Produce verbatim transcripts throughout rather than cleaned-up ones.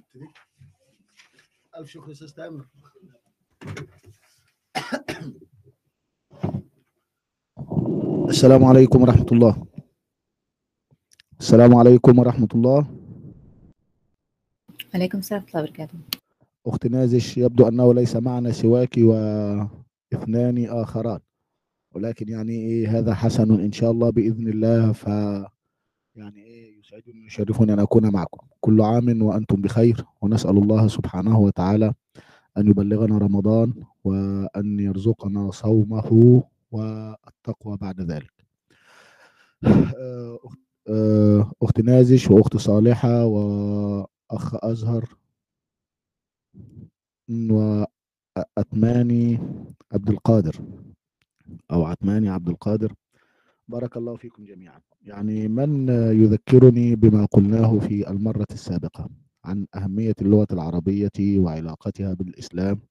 ألف شكر أستاذ تامر. السلام عليكم ورحمة الله. السلام عليكم ورحمة الله. عليكم السلام ورحمة الله وبركاته. أخت نازش، يبدو أنه ليس معنا سواك واثنان آخران، ولكن يعني إيه هذا حسن إن شاء الله بإذن الله. ف يعني إيه يسعدني ويشرفني أن أكون معكم. كل عام وأنتم بخير، ونسأل الله سبحانه وتعالى أن يبلغنا رمضان وأن يرزقنا صومه والتقوى بعد ذلك. أخت نازش وأخت صالحة وأخ أزهر وأتماني عبد القادر أو عتماني عبد القادر، بارك الله فيكم جميعا. يعني من يذكرني بما قلناه في المرة السابقة عن أهمية اللغة العربية وعلاقتها بالإسلام،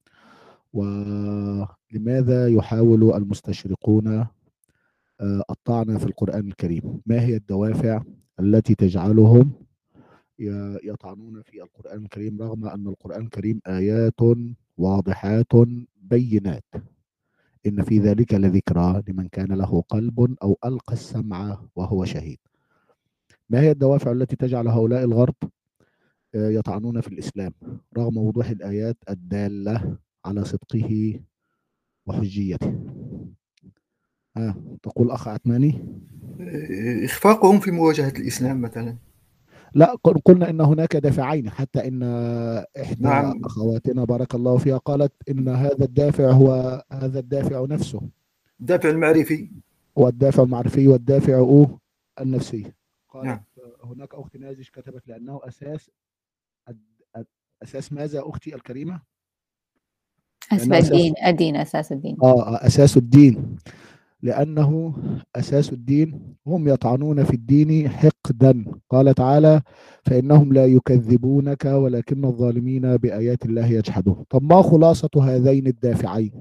ولماذا يحاول المستشرقون الطعن في القرآن الكريم؟ ما هي الدوافع التي تجعلهم يطعنون في القرآن الكريم رغم أن القرآن الكريم آيات واضحات بينات؟ إن في ذلك لذكرى لمن كان له قلب أو ألقى السمع وهو شهيد. ما هي الدوافع التي تجعل هؤلاء الغرب يطعنون في الإسلام رغم وضوح الآيات الدالة على صدقه وحجيته؟ آه تقول أخ عثماني. إخفاقهم في مواجهة الإسلام مثلا. لا، قلنا إن هناك دافعين، حتى إن إحدى نعم. أخواتنا بارك الله فيها قالت إن هذا الدافع هو هذا الدافع نفسه، الدافع المعرفي والدافع المعرفي والدافع النفسي. قالت نعم. هناك أخت نازش كتبت لأنه أساس أساس ماذا أختي الكريمة؟ أساس الدين. الدين أساس الدين. آه أساس الدين، لأنه أساس الدين. هم يطعنون في الدين حقدا. قال تعالى: فإنهم لا يكذبونك ولكن الظالمين بآيات الله يجحدون. طب ما خلاصة هذين الدافعين؟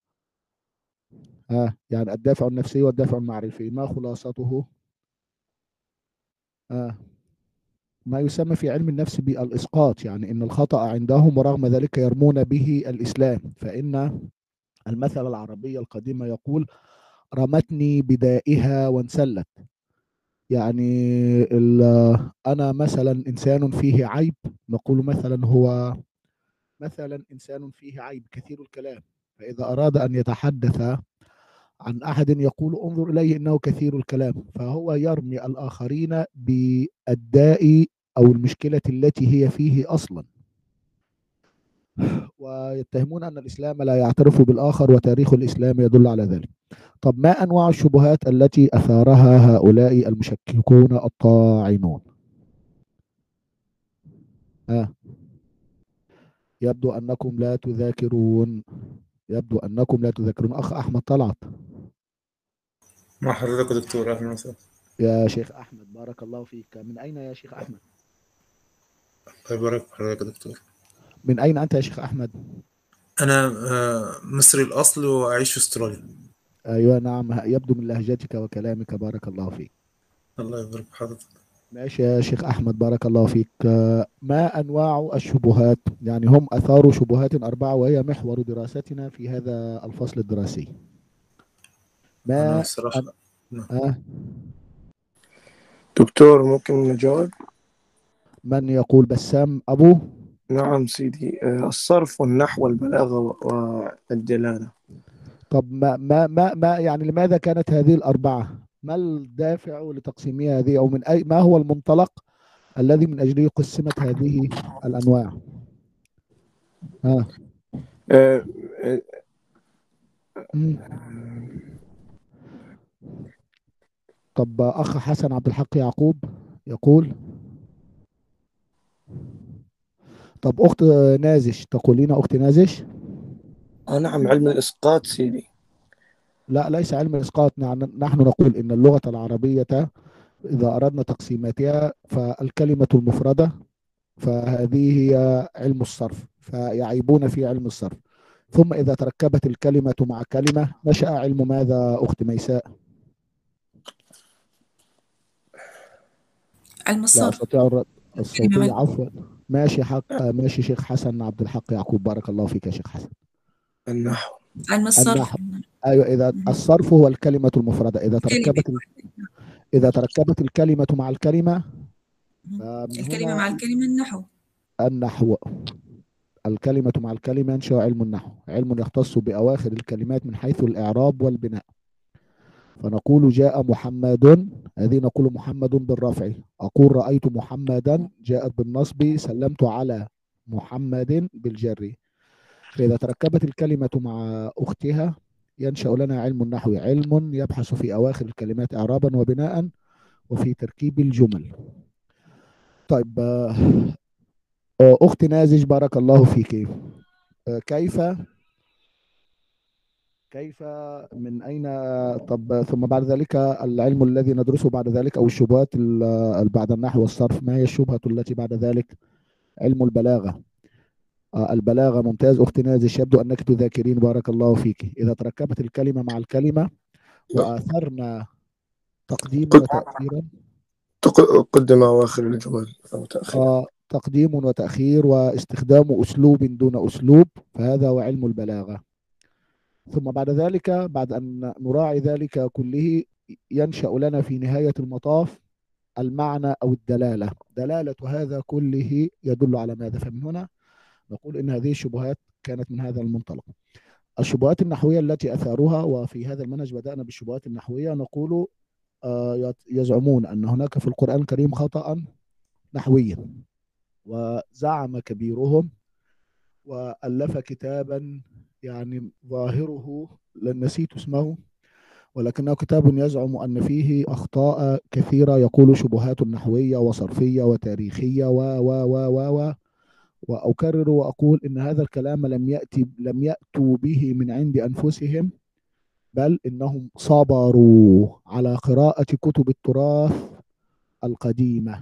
آه يعني الدافع النفسي والدافع المعرفي، ما خلاصته؟ آه ما يسمى في علم النفس بالإسقاط، يعني إن الخطأ عندهم ورغم ذلك يرمون به الإسلام. فإن المثل العربي القديم يقول: رمتني بدائها وانسلت. يعني أنا مثلا إنسان فيه عيب، نقول مثلا هو مثلا إنسان فيه عيب كثير الكلام، فإذا أراد أن يتحدث عن أحد يقول انظر إليه إنه كثير الكلام، فهو يرمي الآخرين بالداء أو المشكلة التي هي فيه أصلا، ويتهمون أن الإسلام لا يعترف بالآخر، وتاريخ الإسلام يدل على ذلك. طب ما أنواع الشبهات التي أثارها هؤلاء المشككون الطاعنون؟ آه. يبدو أنكم لا تذاكرون يبدو أنكم لا تذاكرون. أخ أحمد طلعت. مع حضرتك يا دكتور. أهلا وسهلا. يا شيخ أحمد بارك الله فيك. من أين يا شيخ أحمد؟ الله يبارك في حضرتك يا دكتور. من أين أنت يا شيخ أحمد؟ أنا مصري الأصل وأعيش في أستراليا. أيوة نعم، يبدو من لهجتك وكلامك بارك الله فيك. الله يبارك في حضرتك. ماشي يا شيخ أحمد بارك الله فيك. ما أنواع الشبهات؟ يعني هم أثاروا شبهات أربعة وهي محور دراستنا في هذا الفصل الدراسي. ما أنا الصراحة أن... آه. دكتور ممكن نجاوب؟ من يقول؟ بسام أبو. نعم سيدي. الصرف والنحو والبلاغة والدلالة. طب ما ما ما, ما يعني لماذا كانت هذه الأربعة؟ ما الدافع لتقسيمها هذه، أو من أي ما هو المنطلق الذي من أجله قسمت هذه الأنواع؟ ها. أه أه طب أخ حسن عبد الحق يعقوب يقول. طب أخت نازش تقولين أخت نازش؟ آه نعم، علم الإسقاط سيدي. لا ليس علم الإسقاط. نحن نقول إن اللغة العربية إذا أردنا تقسيماتها فالكلمة المفردة فهذه هي علم الصرف، فيعيبون في علم الصرف. ثم إذا تركبت الكلمة مع كلمة نشأ علم ماذا أخت ميساء؟ علم الصرف. لا أستطيع الرد الصوتية عفوا. ماشي حق ماشي شيخ حسن عبد الحق يعقوب، بارك الله فيك يا شيخ حسن. النحو. علم الصرف. النحو. ايوه، اذا الصرف هو الكلمه المفرده، اذا كلمة. تركبت ال- اذا تركبت الكلمه مع الكلمه فمن الكلمة هنا مع الكلمة النحو. النحو. الكلمه مع الكلمه ينشأ علم النحو، علم يختص باواخر الكلمات من حيث الاعراب والبناء. فنقول جاء محمد، هذه نقول محمد بالرفع. أقول رأيت محمدا جاءت بالنصب، سلمت على محمد بالجر. فإذا تركبت الكلمة مع أختها ينشأ لنا علم النحو، علم يبحث في أواخر الكلمات إعرابا وبناء وفي تركيب الجمل. طيب، آه، آه، أخت نازج بارك الله فيك. آه، كيف كيف من أين؟ طب ثم بعد ذلك العلم الذي ندرسه بعد ذلك، أو الشبهات ال- بعد النحو والصرف، ما هي الشبهة التي بعد ذلك؟ علم البلاغة. آه، البلاغة ممتاز أخت نازش، يبدو أنك تذاكرين بارك الله فيك. إذا تركبت الكلمة مع الكلمة وآثرنا تقديما قد- وتأخيرا. تق- قدم أواخر الجمل أو تأخير. آه، تقديم وتأخير واستخدام أسلوب دون أسلوب، فهذا هو علم البلاغة. ثم بعد ذلك، بعد أن نراعي ذلك كله، ينشأ لنا في نهاية المطاف المعنى أو الدلالة. دلالة هذا كله يدل على ماذا؟ فمن هنا نقول إن هذه الشبهات كانت من هذا المنطلق. الشبهات النحوية التي أثاروها، وفي هذا المنهج بدأنا بالشبهات النحوية، نقول آه، يزعمون أن هناك في القرآن الكريم خطأ نحويا، وزعم كبيرهم وألف كتابا يعني ظاهره لن نسيت اسمه، ولكنه كتاب يزعم أن فيه أخطاء كثيرة، يقول شبهات نحوية وصرفية وتاريخية و و و و و وأكرر وأقول إن هذا الكلام لم يأتي لم يأتوا به من عند أنفسهم، بل إنهم صبروا على قراءة كتب التراث القديمة،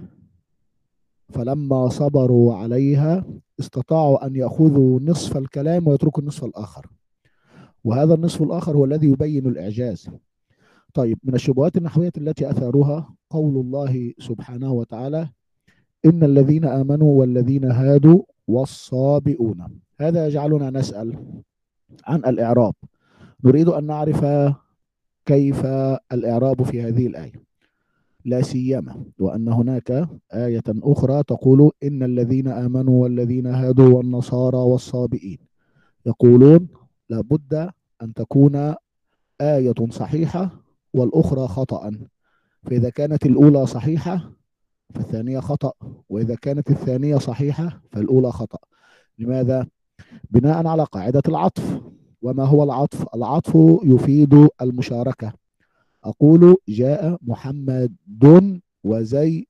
فلما صبروا عليها استطاعوا أن يأخذوا نصف الكلام ويتركوا النصف الآخر، وهذا النصف الآخر هو الذي يبين الإعجاز. طيب، من الشبهات النحوية التي أثاروها قول الله سبحانه وتعالى: إن الذين آمنوا والذين هادوا والصابئون. هذا يجعلنا نسأل عن الإعراب، نريد أن نعرف كيف الإعراب في هذه الآية، لا سيما وأن هناك آية أخرى تقول: إن الذين آمنوا والذين هادوا والنصارى والصابئين. يقولون لابد أن تكون آية صحيحة والأخرى خطأ، فإذا كانت الأولى صحيحة فالثانية خطأ، وإذا كانت الثانية صحيحة فالأولى خطأ. لماذا؟ بناء على قاعدة العطف. وما هو العطف؟ العطف يفيد المشاركة. أقول جاء محمد وزيد،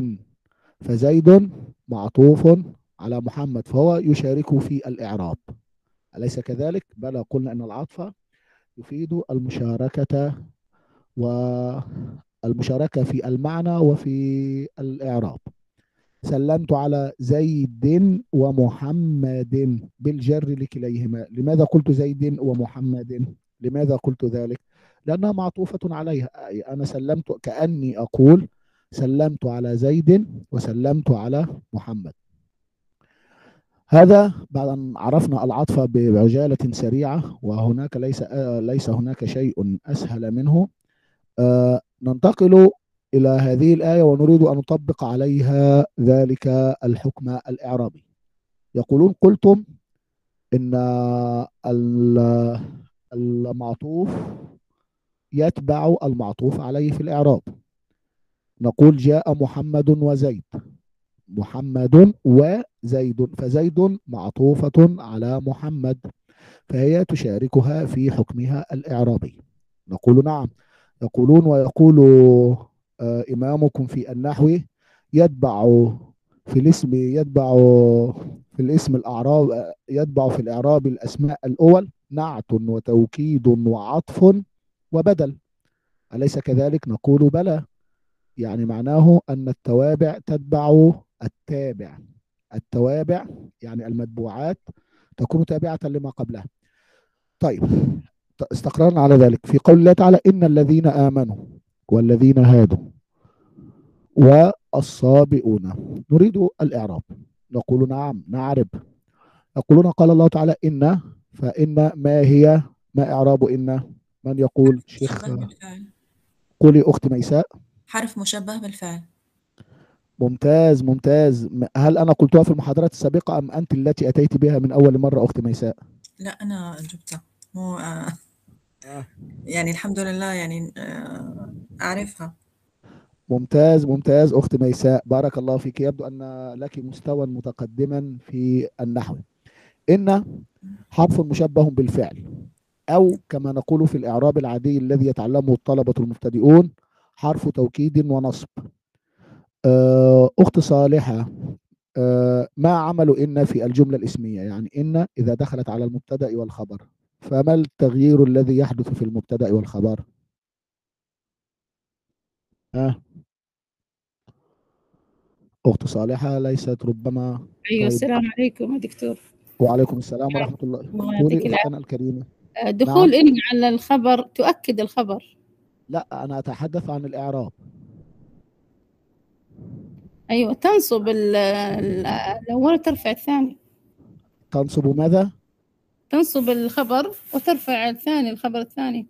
فزيد معطوف على محمد، فهو يشارك في الإعراب، أليس كذلك؟ بلى، قلنا أن العطف يفيد المشاركة، والمشاركة في المعنى وفي الإعراب. سلمت على زيد ومحمد بالجر لكليهما. لماذا قلت زيد ومحمد؟ لماذا قلت ذلك؟ لأنها معطوفة عليها. أنا سلمت كأني أقول سلمت على زيد وسلمت على محمد. هذا بعد أن عرفنا العطف بعجالة سريعة، وهناك ليس آه ليس هناك شيء أسهل منه. آه ننتقل إلى هذه الآية ونريد أن نطبق عليها ذلك الحكم الإعرابي. يقولون: قلتم إن المعطوف يتبع المعطوف عليه في الإعراب. نقول جاء محمد وزيد، محمد وزيد، فزيد معطوفة على محمد، فهي تشاركها في حكمها الإعرابي. نقول نعم. يقولون: ويقول آه إمامكم في النحو يتبع في الاسم يتبع في الاسم الأعراب يتبع في الإعراب الأسماء الأول نعت وتوكيد وعطف وبدل، أليس كذلك؟ نقول بلى، يعني معناه أن التوابع تتبع التابع. التوابع يعني المتبوعات تكون تابعة لما قبلها. طيب، استقررنا على ذلك في قول الله تعالى: إن الذين آمنوا والذين هادوا والصابئون. نريد الإعراب. نقول نعم نعرب. يقولون قال الله تعالى إن، فإن ما هي، ما إعراب إن؟ من يقول؟ شيخ. مشبه بالفعل. قولي أخت ميساء. حرف مشبه بالفعل. ممتاز ممتاز. هل أنا قلتها في المحاضرات السابقة أم أنت التي أتيت بها من أول مرة أخت ميساء؟ لا أنا جبتها، مو آه آه. يعني الحمد لله يعني آه أعرفها. ممتاز ممتاز أخت ميساء، بارك الله فيك. يبدو أن لك مستوى متقدما في النحو. إن حرف مشبه بالفعل، أو كما نقول في الإعراب العادي الذي يتعلمه الطلبة المبتدئون حرف توكيد ونصب. أخت صالحة، ما عمل إن في الجملة الاسمية؟ يعني إن إذا دخلت على المبتدأ والخبر، فما التغيير الذي يحدث في المبتدأ والخبر؟ ها أخت صالحة ليست ربما. أيوة. طيب. السلام عليكم يا دكتور. وعليكم السلام ورحمة الله. الله قولي يعطيك أختنا الكريمة. دخول نعم. إن على الخبر تؤكد الخبر. لا أنا أتحدث عن الإعراب. أيوة تنصب الأول وترفع الثاني. تنصب ماذا؟ تنصب الخبر وترفع الثاني، الخبر الثاني.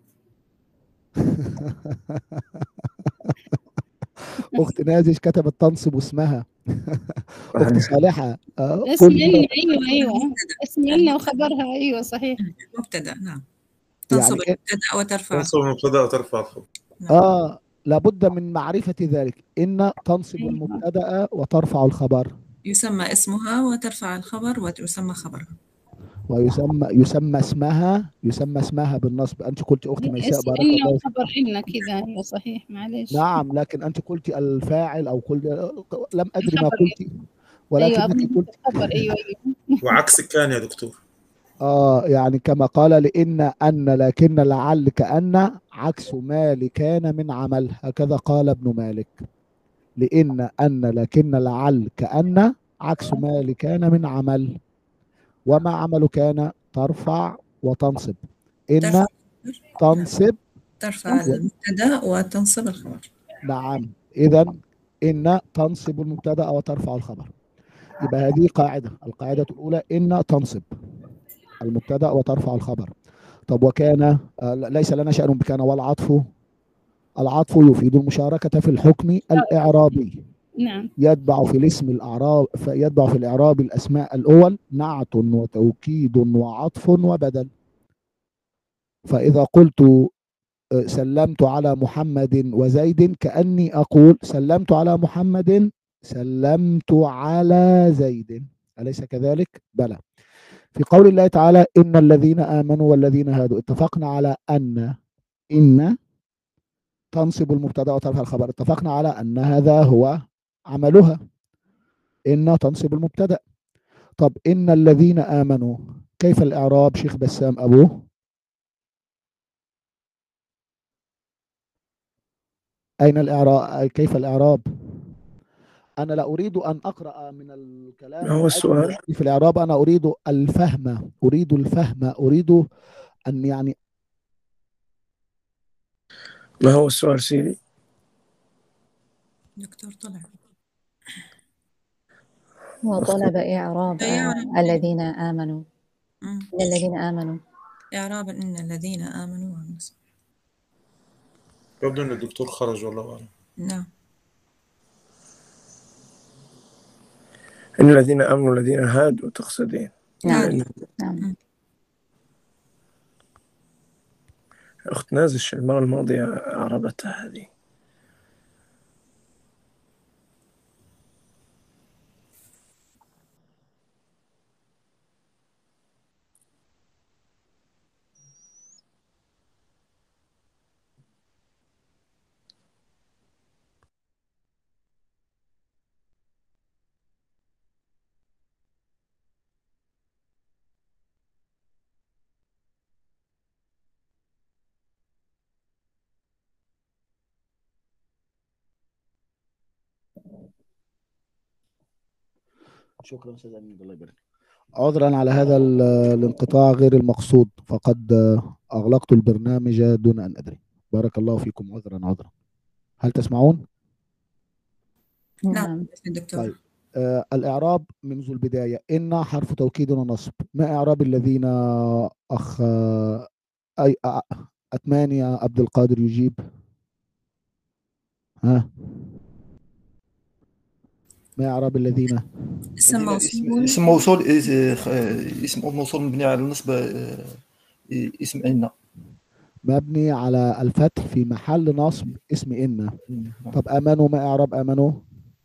أخت نازش كتبت تنصب اسمها. أخت صالحة اسم إن. أيوة أيوة اسم إن وخبرها. أيوة صحيح. مبتدأ. نعم تنصب يعني المبتدأ وترفع. تنصب المبتدأ وترفع الخبر. آه لابد من معرفة ذلك. إن تنصب أيوة. المبتدأ وترفع الخبر. يسمى اسمها وترفع الخبر ويسمى خبرها. ويسمى يسمى اسمها يسمى اسمها بالنصب. أنت قلت أختي ميساء اسم بارك إن الله. وخبر إن كذا. أيوة صحيح معلش. نعم لكن أنت قلت الفاعل أو قلت، لم أدري ما الخبر. قلت، ولكنك أيوة قلت الخبر. أيوة أيوة. وعكس كان يا دكتور. آه يعني كما قال لإن أن لكن لعل كأن عكس ما لكان من عمل، هكذا قال ابن مالك. لإن أن لكن لعل كأن عكس ما لكان من عمل. وما عمل كان ترفع وتنصب. إن ترفع. تنصب. ترفع المبتدأ وتنصب الخبر. نعم إذا إن تنصب المبتدأ وترفع الخبر. يبقى هذه قاعدة. القاعدة الأولى إن تنصب المبتدأ وترفع الخبر. طب وكان آه ليس لنا شأن بكان. والعطف، العطف يفيد المشاركة في الحكم الإعرابي. نعم. يتبع في الاسم الأعراب، يتبع في الإعراب الأسماء الأول نعت وتوكيد وعطف وبدل. فإذا قلت سلمت على محمد وزيد كأني أقول سلمت على محمد سلمت على زيد. أليس كذلك؟ بلى. في قول الله تعالى إن الذين آمنوا والذين هادوا، اتفقنا على أن إن تنصب المبتدأ وترفع الخبر. اتفقنا على أن هذا هو عملها، إن تنصب المبتدأ. طب إن الذين آمنوا كيف الإعراب شيخ بسام أبوه؟ أين الإعراب؟ كيف الإعراب؟ أنا لا أريد أن أقرأ من الكلام. ما هو السؤال؟ في الإعراب أنا أريد الفهم، أريد الفهم، أريد أن يعني. ما هو السؤال سيدي؟ دكتور طلع. وطلب إعراب آه الذين آمنوا. مم. الذين آمنوا. إعراب إن الذين آمنوا والنصر. يبدو أن الدكتور خرج والله أعلم. نعم. إن الذين آمنوا الذين هادوا تقصدين؟ نعم. نعم. أخت نازش المرة الماضية أعربتها هذه. شكرا استاذ امين الله يبارك. عذرا على هذا الانقطاع غير المقصود، فقد اغلقت البرنامج دون ان ادري. بارك الله فيكم. عذرا عذرا. هل تسمعون؟ نعم دكتور. طيب آه الإعراب منذ البداية. إن حرف توكيد ونصب. ما إعراب الذين أخ أي أتماني يا عبد القادر يجيب؟ ها، ما إعراب الذين؟ اسم الذين اسم موصول. اسم موصول إس- اسم موصول مبني على النصب، آه، اسم إن. مبني على الفتح في محل نصب اسم إن. طب آمنوا، ما إعراب آمنوا؟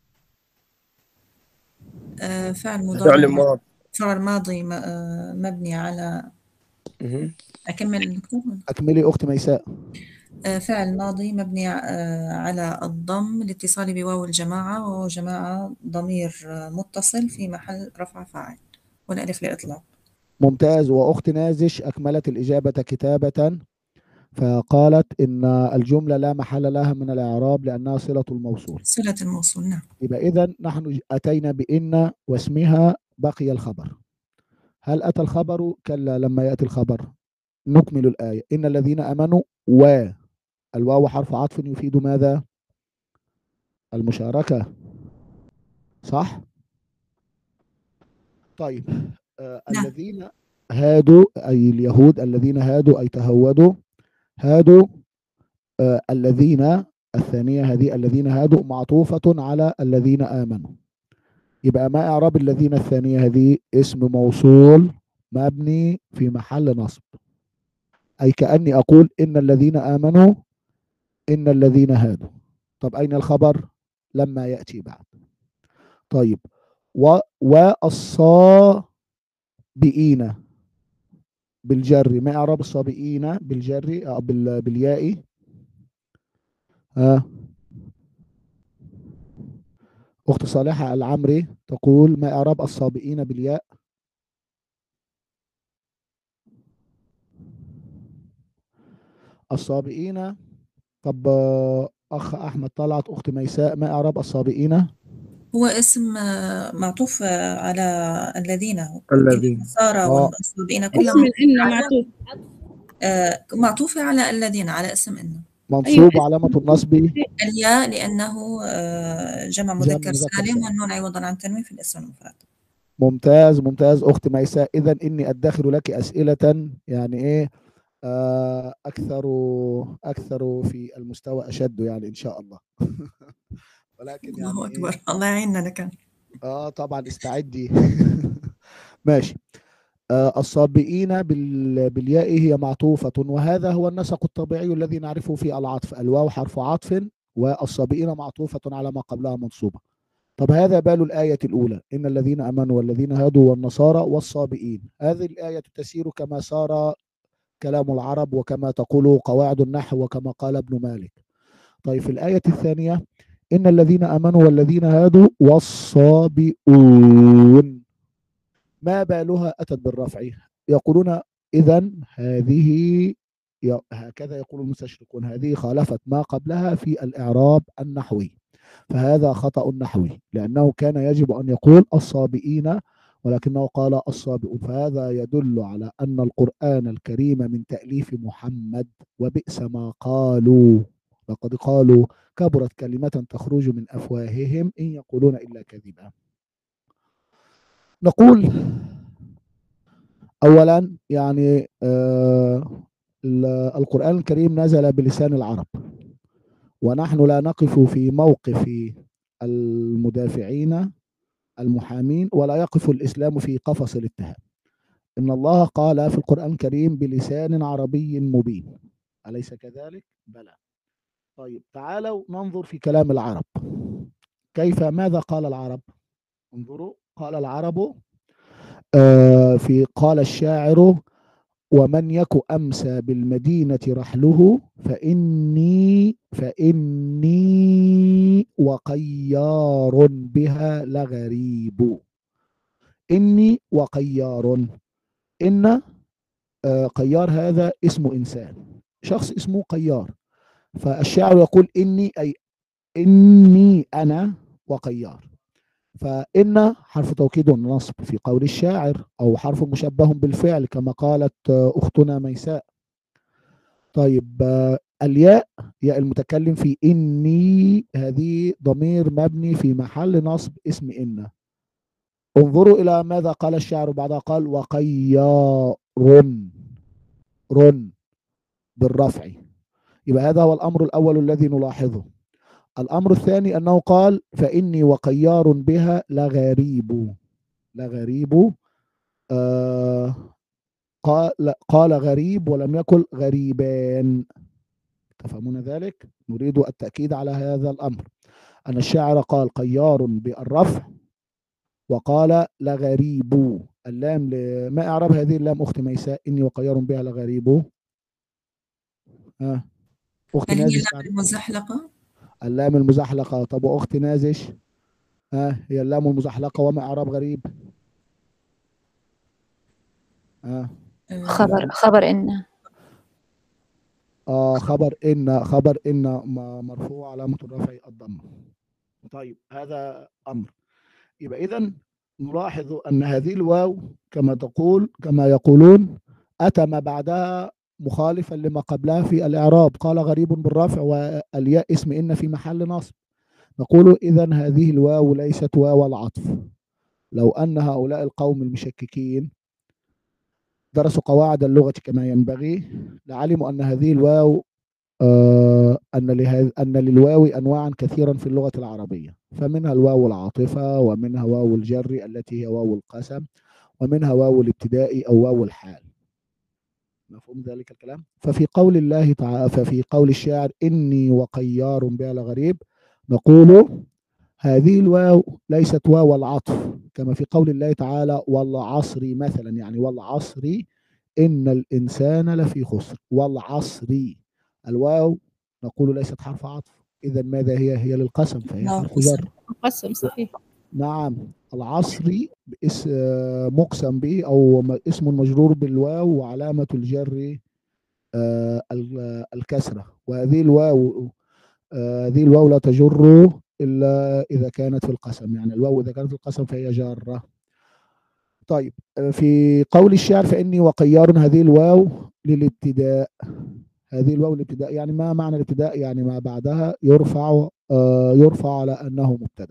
آه، فعل فعل مضارع ماضي. فعل ماضي م- آه، مبني على. مهم. أكمل دكتور. أكملي أخت ميساء. آه، فعل ماضي مبني آه، على الضم لاتصال بواو الجماعة، وواو جماعة ضمير آه، متصل في محل رفع فاعل، والألف للإطلاق. ممتاز. وأخت نازش أكملت الإجابة كتابة، فقالت إن الجملة لا محل لها من الإعراب لأنها صلة الموصول. صلة الموصول، نعم. يبقى إذن نحن أتينا بإن واسمها، بقي الخبر. هل أتى الخبر؟ كلا، لما يأتي الخبر. نكمل الآية. إن الذين آمنوا، والواو حرف عطف يفيد ماذا؟ المشاركة، صح؟ طيب. آه نعم. الذين هادوا أي اليهود، الذين هادوا أي تهودوا. هادوا آه الذين، الثانية هذه الذين هادوا معطوفة على الذين آمنوا. يبقى ما إعراب الذين الثانية هذه؟ اسم موصول مبني في محل نصب، أي كأني أقول إن الذين آمنوا، إن الذين هادوا. طب أين الخبر؟ لما يأتي بعد. طيب. و والصابئين بالجر، ما إعراب الصابئين بالجر أو بال... بالياء؟ ها، أخت صالحة العمري تقول ما إعراب الصابئين بالياء؟ الصابئين. طب أخ أحمد طلعت، أخت ميساء، ما إعراب الصابئين؟ هو اسم آه، معطوف آه، على الذين. الذين. النصارى آه. والصابئين كلها اسم معطوفة الإن على معطوف. آه، معطوفة على الذين، على اسم إن. منصوب أيوة. علامة النصب الياء لأنه آه، جمع جمع مذكر مذكر سالم، سالم. والنون عوضا عن تنوين في الاسم المفرد. ممتاز ممتاز أخت ميساء. إذا إني أدخر لك أسئلة يعني إيه آه أكثر أكثر في المستوى أشد يعني إن شاء الله. ولكن يعني الله إيه، أكبر، الله يعيننا لك. آه طبعا استعدي. ماشي. آه الصابئين بال... بالياء هي معطوفة، وهذا هو النسق الطبيعي الذي نعرفه في العطف. الواو حرف عطف، والصابئين معطوفة على ما قبلها منصوبة. طب هذا بال الآية الأولى، إن الذين آمنوا والذين هادوا والنصارى والصابئين. هذه الآية تسير كما سار كلام العرب وكما تقول قواعد النحو وكما قال ابن مالك. طيب في الآية الثانية، إن الذين آمنوا والذين هادوا والصابئون، ما بالها أتت بالرفع؟ يقولون إذن هذه، هكذا يقول المستشرقون، هذه خالفت ما قبلها في الإعراب النحوي، فهذا خطأ نحوي، لأنه كان يجب أن يقول الصابئين ولكنه قال الصابئون. فهذا يدل على أن القرآن الكريم من تأليف محمد، وبئس ما قالوا، لقد قالوا كبرت كلمة تخرج من أفواههم إن يقولون إلا كذبا. نقول أولا يعني آه القرآن الكريم نزل بلسان العرب، ونحن لا نقف في موقف المدافعين المحامين، ولا يقف الإسلام في قفص الاتهام. إن الله قال في القرآن الكريم بلسان عربي مبين، أليس كذلك؟ بلى. طيب تعالوا ننظر في كلام العرب، كيف ماذا قال العرب؟ انظروا، قال العرب آه في قال الشاعر ومن يك أمسى بالمدينة رحله فإني فإني وقيار بها لغريب. إني وقيار، إن آه قيار هذا اسم إنسان، شخص اسمه قيار، فالشاعر يقول إني أي إني أنا وقيار. فإن حرف توكيد ونصب في قول الشاعر، أو حرف مشبه بالفعل كما قالت أختنا ميساء. طيب الياء، ياء المتكلم في إني، هذه ضمير مبني في محل نصب اسم إن، انظروا إلى ماذا قال الشاعر بعدها، قال وقيار رن بالرفع. يبقى هذا هو الأمر الأول الذي نلاحظه. الأمر الثاني أنه قال فإني وقيار بها لغريب. لغريب آه قال, قال غريب ولم يقل غريبان. تفهمون ذلك؟ نريد التأكيد على هذا الأمر، أن الشاعر قال قيار بالرفع وقال لغريب. اللام ما أعرب هذه اللام أخت ميساء؟ إني وقيار بها لغريب. آه. أخت هل هي نازش اللام المزحلقة؟ اللام المزحلقة. طب وأخت نازش؟ آه هي اللام المزحلقة وما أعرب غريب؟ آه. خبر خبر إن آه خبر إن خبر إن مرفوع علامة الرفع الضمة. طيب هذا أمر. يبقى إذن نلاحظ أن هذه الواو كما تقول كما يقولون أتى ما بعدها مخالفا لما قبلها في الإعراب. قال غريب بالرفع والياء اسم إن في محل نصب. نقول إذن هذه الواو ليست واو العطف. لو أن هؤلاء القوم المشككين درسوا قواعد اللغة كما ينبغي لعلموا أن هذه الواو آه أن, أن للواو أنواعا كثيرا في اللغة العربية، فمنها الواو العاطفة، ومنها واو الجر التي هي واو القسم، ومنها واو الابتداء أو واو الحال. مفهوم ذلك الكلام؟ ففي قول الله تعالى ففي قول الشاعر إني وقيار بها لغريب نقول هذه الواو ليست واو العطف كما في قول الله تعالى والعصر مثلا، يعني والعصر إن الإنسان لفي خسر. والعصر الواو نقول ليست حرف عطف، إذا ماذا هي؟ هي للقسم فهي حرف جر. قسم صحيح. نعم العصر مقسم به أو اسم مجرور بالواو وعلامة الجر الكسرة، وهذه الواو هذه الواو لا تجر إلا إذا كانت في القسم، يعني الواو إذا كانت في القسم فهي جارة. طيب في قول الشاعر فإني وقيار هذه الواو للابتداء. هذه الواو الابتداء يعني ما معنى الابتداء؟ يعني ما بعدها يرفع آه يرفع على أنه مبتدأ.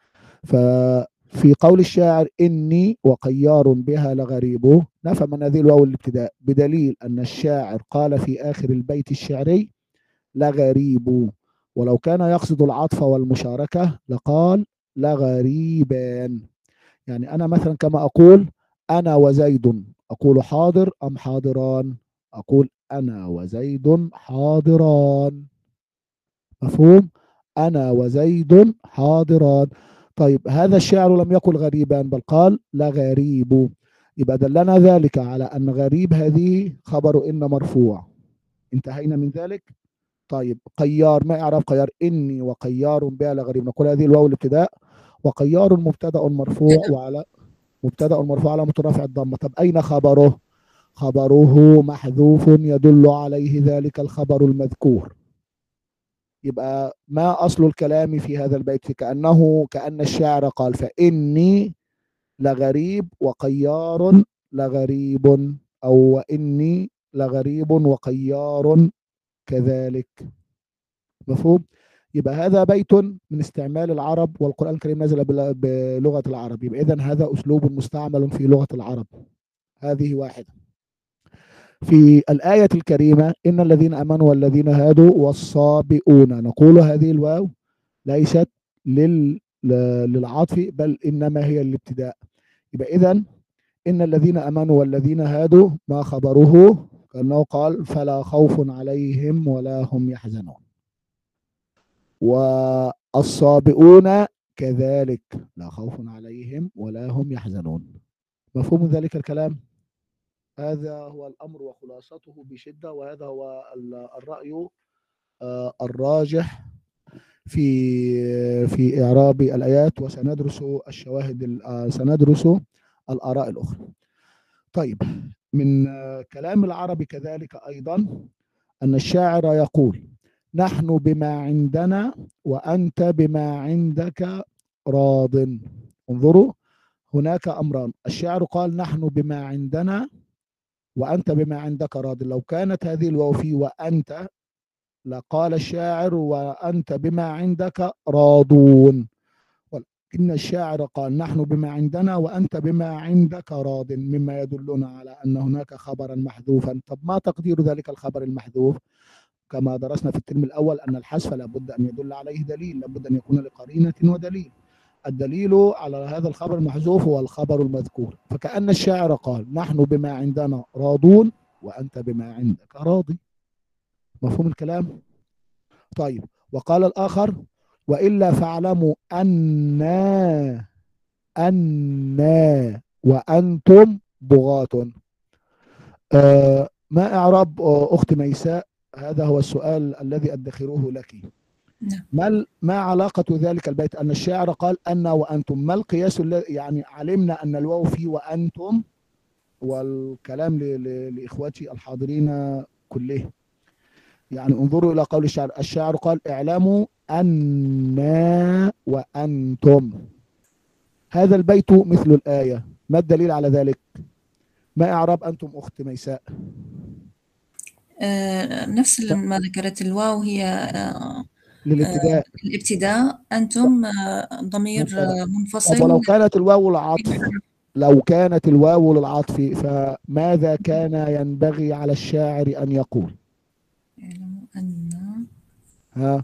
ففي قول الشاعر إني وقيار بها لغريب نفهم أن هذه الواو الابتداء بدليل أن الشاعر قال في آخر البيت الشعري لغريب، ولو كان يقصد العطف والمشاركة لقال لغريبان. يعني أنا مثلا كما أقول أنا وزيد أقول حاضر أم حاضران؟ أقول أنا وزيد حاضران. مفهوم؟ أنا وزيد حاضران. طيب هذا الشاعر لم يقل غريبان بل قال لغريب، يبقى دلنا ذلك على أن غريب هذه خبر إن مرفوع. انتهينا من ذلك. طيب قيار ما إعراب قيار؟ إني وقيار بها لغريب نقول هذه الواو الابتداء، وقيار مبتدأ مرفوع وعلى مبتدأ مرفوع على مترفع الضمة. طب أين خبره؟ خبره محذوف يدل عليه ذلك الخبر المذكور. يبقى ما أصل الكلام في هذا البيت؟ كأنه كأن الشاعر قال فإني لغريب وقيار لغريب، أو وإني لغريب وقيار كذلك. مفهوم؟ يبقى هذا بيت من استعمال العرب، والقرآن الكريم نزل بلغة العرب، يبقى إذن هذا أسلوب مستعمل في لغة العرب. هذه واحدة. في الآية الكريمة إن الذين آمنوا والذين هادوا والصابئون نقول هذه الواو ليست لل... للعطف بل إنما هي الابتداء. يبقى إذن إن الذين آمنوا والذين هادوا ما خبره؟ كأنه قال فلا خوف عليهم ولا هم يحزنون. والصابئون كذلك لا خوف عليهم ولا هم يحزنون. مفهوم ذلك الكلام؟ هذا هو الأمر وخلاصته بشدة، وهذا هو الرأي الراجح في في إعراب الآيات، وسندرس الشواهد سندرس الآراء الأخرى. طيب من كلام العرب كذلك أيضا أن الشاعر يقول نحن بما عندنا وأنت بما عندك راض. انظروا هناك أمران، الشاعر قال نحن بما عندنا وأنت بما عندك راض. لو كانت هذه الواو في وأنت لقال الشاعر وأنت بما عندك راضون، إن الشاعر قال نحن بما عندنا وأنت بما عندك راض، مما يدلنا على أن هناك خبرا محذوفا. طب ما تقدير ذلك الخبر المحذوف؟ كما درسنا في الترم الأول أن الحذف لابد أن يدل عليه دليل، لابد أن يكون لقرينة ودليل. الدليل على هذا الخبر المحذوف هو الخبر المذكور. فكأن الشاعر قال نحن بما عندنا راضون وأنت بما عندك راضي. مفهوم الكلام؟ طيب، وقال الآخر وإلا فاعلموا أنا أنا وأنتم بغاة. آه ما إعراب آه أخت ميساء؟ هذا هو السؤال الذي أدخره لك. ما ما علاقة ذلك البيت أن الشاعر قال أنا وأنتم؟ ما القياس الذي يعني علمنا أن الواو فيه وأنتم، والكلام لإخواتي الحاضرين كله. يعني انظروا إلى قول الشاعر، الشاعر قال اعلموا أنا وأنتم. هذا البيت مثل الآية، ما الدليل على ذلك؟ ما إعراب أنتم أخت ميساء؟ آه نفس ما ذكرت، الواو هي آه للابتداء. آه الابتداء، أنتم آه ضمير آه منفصل. طب ولو كانت الواو العطف، لو كانت الواو للعطف فماذا كان ينبغي على الشاعر أن يقول؟ أن ها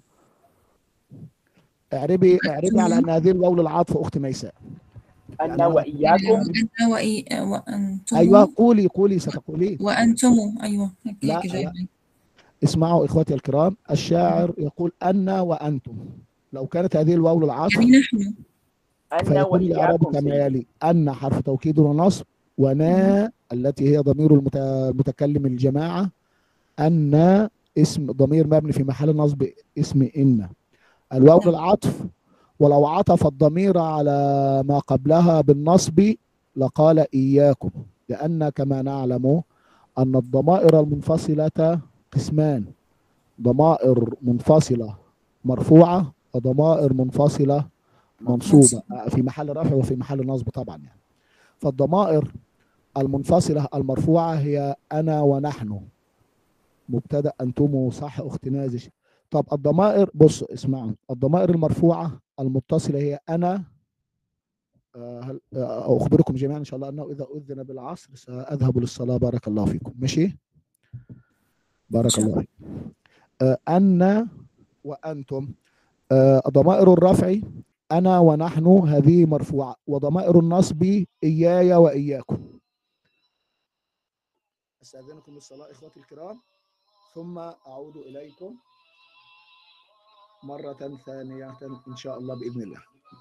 اعربي اعربي على أن هذه الواو للعطف أخت ميساء. أن وإياكم. أن وإي... وأنتم. أيوة قولي قولي ستقولين. وأنتم. أيوة لا, لا. اسمعوا إخوتي الكرام، الشاعر يقول أن وأنتم، لو كانت هذه الواو للعطف يعني نحن، فيكون الإعراب كما يلي: أن حرف توكيد ونصب، ونا التي هي ضمير المتكلم الجماعة، أن اسم ضمير مبني في محل نصب اسم إن. الواو للعطف، ولو عطف الضمير على ما قبلها بالنصب لقال إياكم، لأن كما نعلم أن الضمائر المنفصلة قسمان: ضمائر منفصلة مرفوعة وضمائر منفصلة منصوبة في محل رفع وفي محل نصب طبعا. يعني فالضمائر المنفصلة المرفوعة هي أنا ونحن، مبتدأ أنتم، صح أخت نازش. طب الضمائر، بص اسمعوا، الضمائر المرفوعة المتصلة هي أنا. أه أخبركم جميعا إن شاء الله أنه إذا أذن بالعصر سأذهب للصلاة، بارك الله فيكم. ماشي، بارك الله فيكم. أه أن وأنتم. أه ضمائر الرفع أنا ونحن هذه مرفوعة، وضمائر النصب إياي وإياكم. أستأذنكم للصلاة إخوتي الكرام، ثم أعود إليكم مرة ثانية إن شاء الله بإذن الله.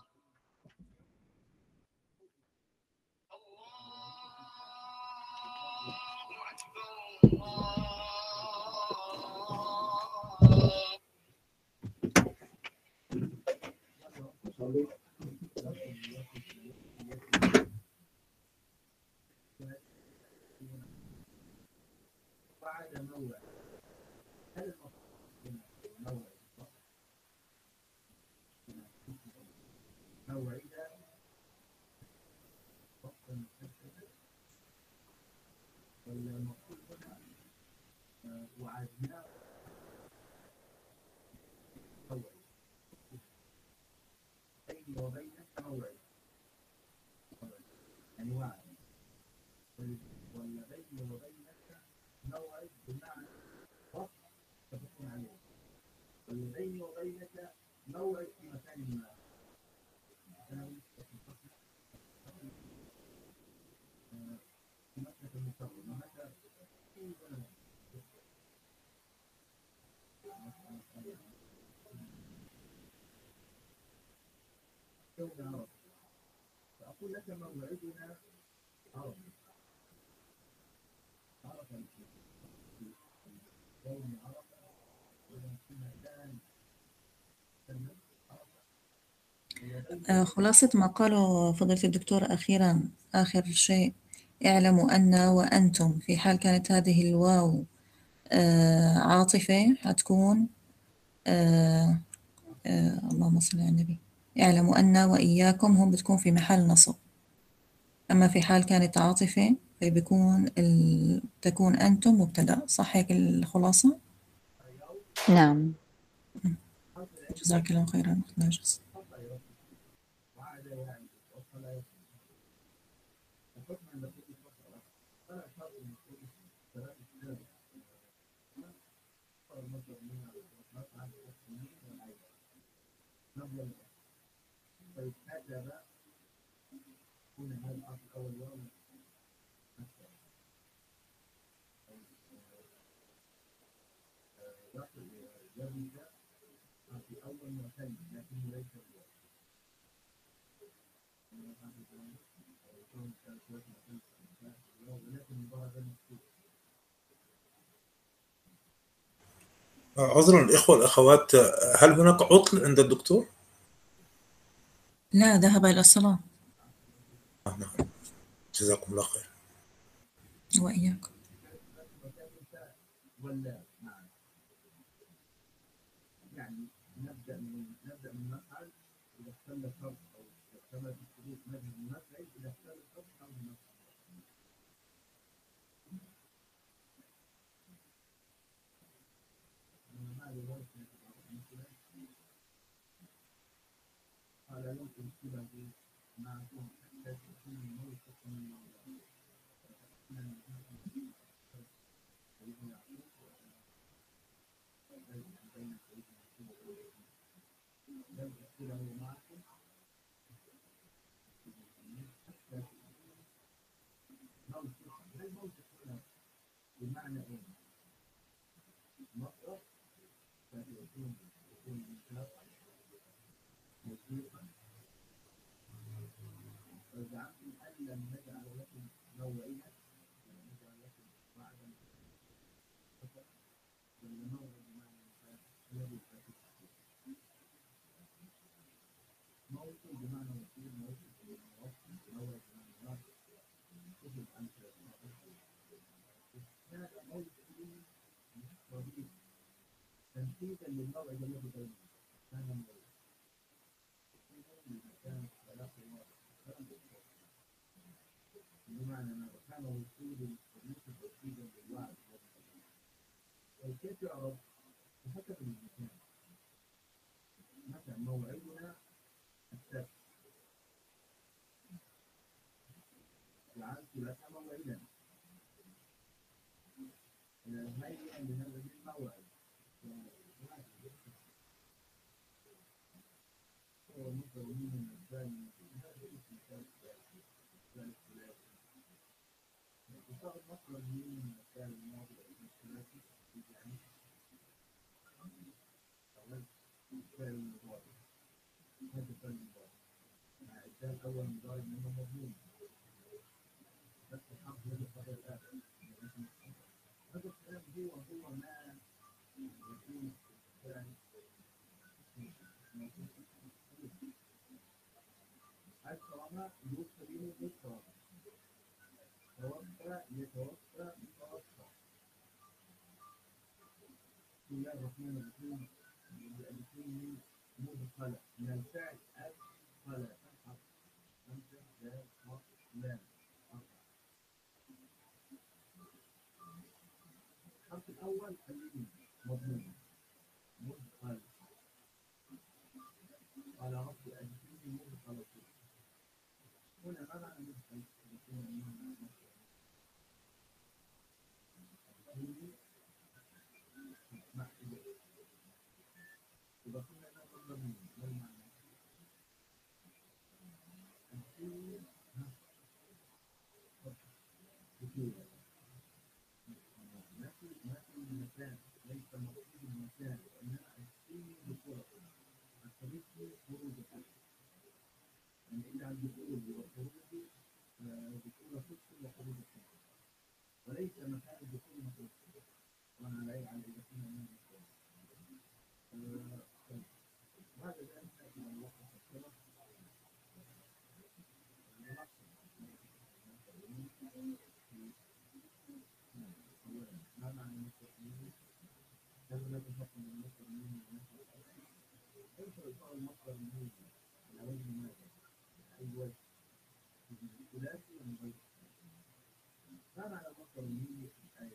فأقول لك موعدنا عرفة عرفة يوم عرفة في مكان خلاصة ما قاله فضيلة الدكتور أخيرا، آخر شيء: اعلموا أن وأنتم، في حال كانت هذه الواو آه عاطفة هتكون آه آه اللهم صل على النبي، اعلموا أن وإياكم هم بتكون في محل نصب. أما في حال كانت عاطفة فبيكون ال... تكون أنتم مبتدأ. صح هيك الخلاصة؟ نعم. جزاك الله خيرا. عذرا الإخوة والأخوات، هل هناك عطل عند الدكتور؟ لا، ذهب إلى الصلاة. آه نعم، جزاكم الله خير. وإياكم. يعني نبدا من نبدا من مفعل اذا اختل الشرط او اختلت الشروط مذهب المفعل اذا اختل الشرط او المفعل. قال يمكن كله معكم حتى تكون موثق من الله. بمعنى ايه؟ مطلق فيكون يكون مطلق موثوقا. وزعمتم ان لم نجعل لكم موعدا، لم نجعل لكم وعدا فقط، بل موعد بمعنى الذي موعد بمعنى وكيل، موعد بمعنى وصف، موعد بمعنى وصف، تجب ان هذا موعد وكيل تنفيذا للموعد الذي بيننا. كان موعد كان خلاق الله بمعنى ما كان وصول الحديث توكيدا للوعد. وكيف يعرف؟ بحسب المكان. مثلا موعدنا السبت، جعلت لك موعدا هيئا لهذا الموعد. هو مصدر من الثاني هذا اسم ثالث ثلاثي. وصار مصدر من الثاني الماضي الثلاثي يعني الفعل المضارع. هذا الفعل المضارع مع الفعل الأول مضارع منه مضمون، بس الحرف الذي قبل الآخر. هذا الكلام هو هو ما يكون فعل الكرامة يوصى به بالكرامة، توفى يتوفى متوفى. بسم الله الرحمن الرحيم. الاثنين مدخلة من الفعل أدخل حرف خمسة لا حرف لا أربعة. الحرف الأول اللين مضمون مدخل. قال رب أدخلني مدخل. هنا ما معنى مدخل؟ إذا كنا نقول ما المعنى؟ الدين كثيرة. ما في ما في المكان، ليس مقصود المكان، وإنما الدين بقوة. الطريق خروجه. يعني إذا عند دخول وخروج دخول فسق وخروج فسق، وليس مكان الدخول مخروج. وأنا لا يعلم إذا كنا من المكان. وهذا ذلك من الله سبحانه ما معنى المستقيم؟ هل لا تفهم من المصدر منه ونفسه؟ كيف يصار المصدر منه على وجه ماذا؟ أي وجه؟ ثلاثي أم غير؟ ما معنى المصدر منه في الآية؟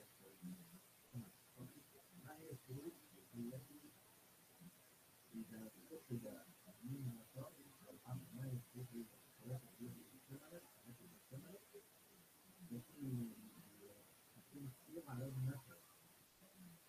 ما هي الشروط التي إذا فقد منها شرط الأمر ما يستطيع ثلاثة شروط اكتملت التي اكتملت يكون يكون الصيغة على وجه النفع.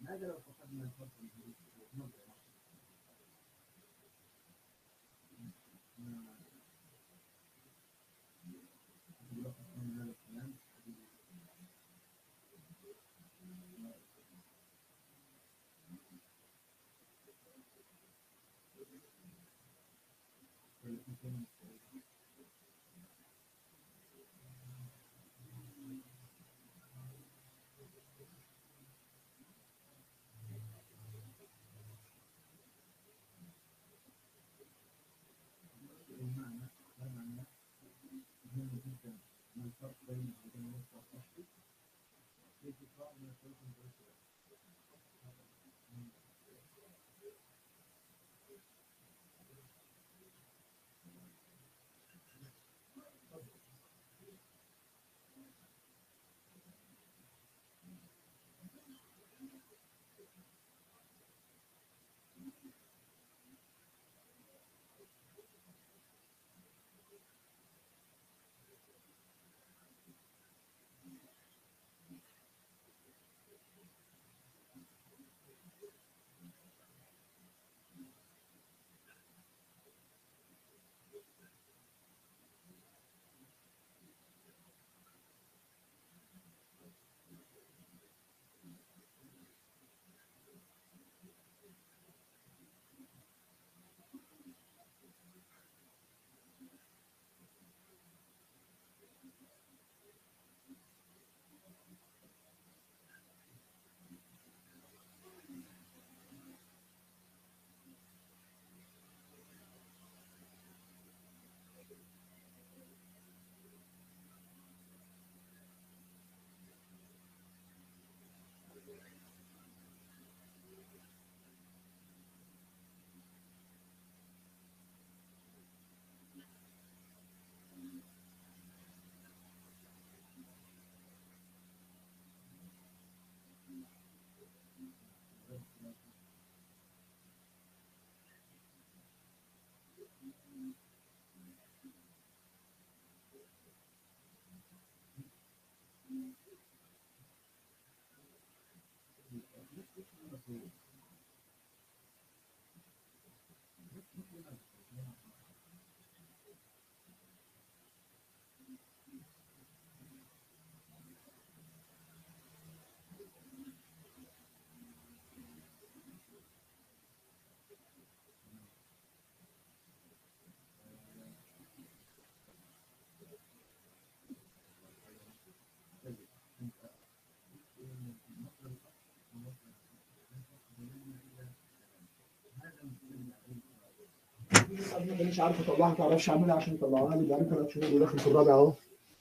مش عارف اطلعها، ما تعرفش اعملها عشان يطلعوها لي بقالي ثلاث شهور وداخل في الرابع اهو.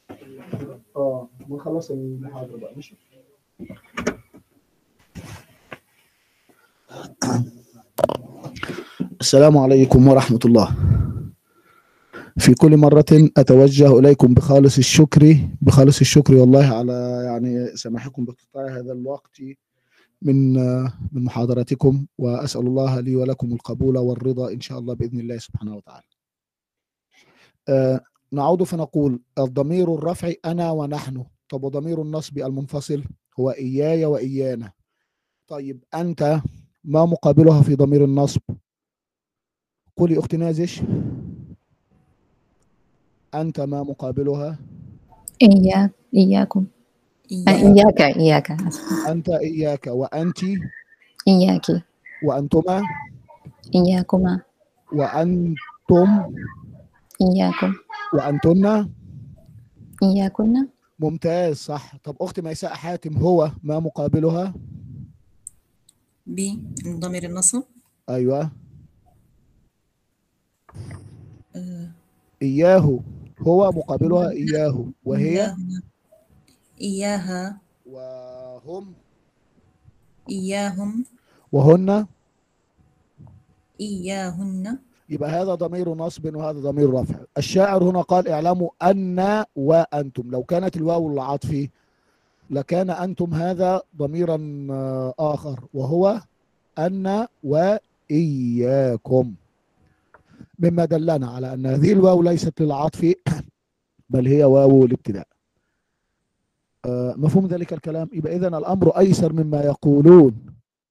اه ونخلص المحاضره بقى ماشي. السلام عليكم ورحمه الله. في كل مرة أتوجه إليكم بخالص الشكر بخالص الشكر والله على يعني سماحكم باقتطاع هذا الوقت من من محاضراتكم، وأسأل الله لي ولكم القبول والرضا إن شاء الله بإذن الله سبحانه وتعالى. آه نعود فنقول الضمير الرفع أنا ونحن. طب وضمير النصب المنفصل هو إياي وإيانا. طيب أنت ما مقابلها في ضمير النصب؟ قولي أختي نازش. أنت ما مقابلها؟ إياك إياكم إياك إياك أنت إياك، وأنت إياك، وأنتما إياكما، وأنتم إياكم، وأنتن إياكن. ممتاز صح. طب أختي ميساء حاتم هو ما مقابلها؟ ب من ضمير النصب. أيوة. آه. إياه هو مقابلها إياه، وهي إياهما. إياها، وهم إياهم، وهن إياهن. يبقى هذا ضمير نصب وهذا ضمير رفع. الشاعر هنا قال اعلموا أن وأنتم. لو كانت الواو العطف لكان أنتم هذا ضميرا آخر وهو أن وإياكم، مما دلنا على أن هذه الواو ليست للعطف بل هي واو الابتداء. آه مفهوم ذلك الكلام؟ يبقى إذن الأمر أيسر مما يقولون.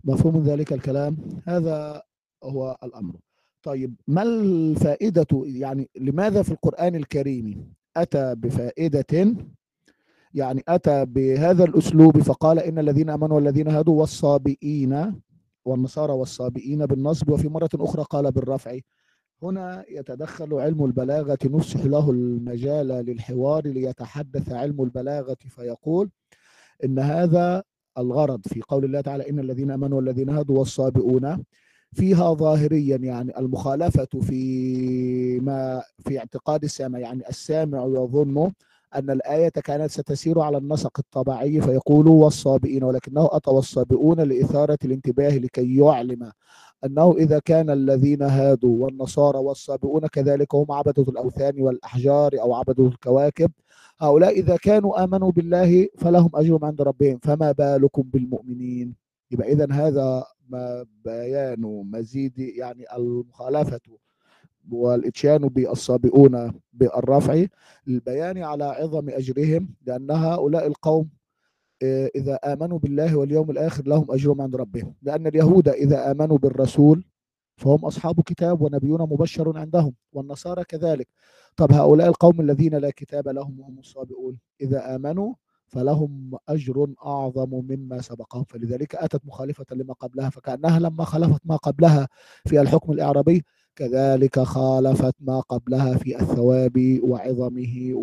مفهوم ذلك الكلام؟ هذا هو الأمر. طيب ما الفائدة، يعني لماذا في القرآن الكريم أتى بفائدة، يعني أتى بهذا الأسلوب فقال إن الذين آمنوا والذين هادوا والصابئين والنصارى والصابئين بالنصب، وفي مرة أخرى قال بالرفع. هنا يتدخل علم البلاغة، نفسح له المجال للحوار ليتحدث علم البلاغة فيقول إن هذا الغرض في قول الله تعالى إن الذين آمنوا والذين هادوا والصابئون فيها ظاهريا يعني المخالفة في ما في اعتقاد السامع، يعني السامع يظن أن الآية كانت ستسير على النسق الطبيعي فيقولوا والصابئين، ولكنه أتى والصابئون لإثارة الانتباه لكي يعلم أنه إذا كان الذين هادوا والنصارى والصابئون كذلك هم عبدة الأوثان والأحجار أو عبدة الكواكب، هؤلاء إذا كانوا آمنوا بالله فلهم أجر عند ربهم، فما بالكم بالمؤمنين؟ يبقى إذن هذا ما بيان مزيد يعني المخالفة والإتيان بالصابئون بالرفع للبيان على عظم أجرهم، لأن هؤلاء القوم إذا آمنوا بالله واليوم الآخر لهم أجرهم عند ربهم، لأن اليهود إذا آمنوا بالرسول فهم أصحاب كتاب ونبيون مبشر عندهم، والنصارى كذلك. طب هؤلاء القوم الذين لا كتاب لهم وهم الصابئون إذا آمنوا فلهم أجر أعظم مما سبقهم، فلذلك أتت مخالفة لما قبلها، فكأنها لما خالفت ما قبلها في الحكم الإعرابي كذلك خالفت ما قبلها في الثواب وعظمه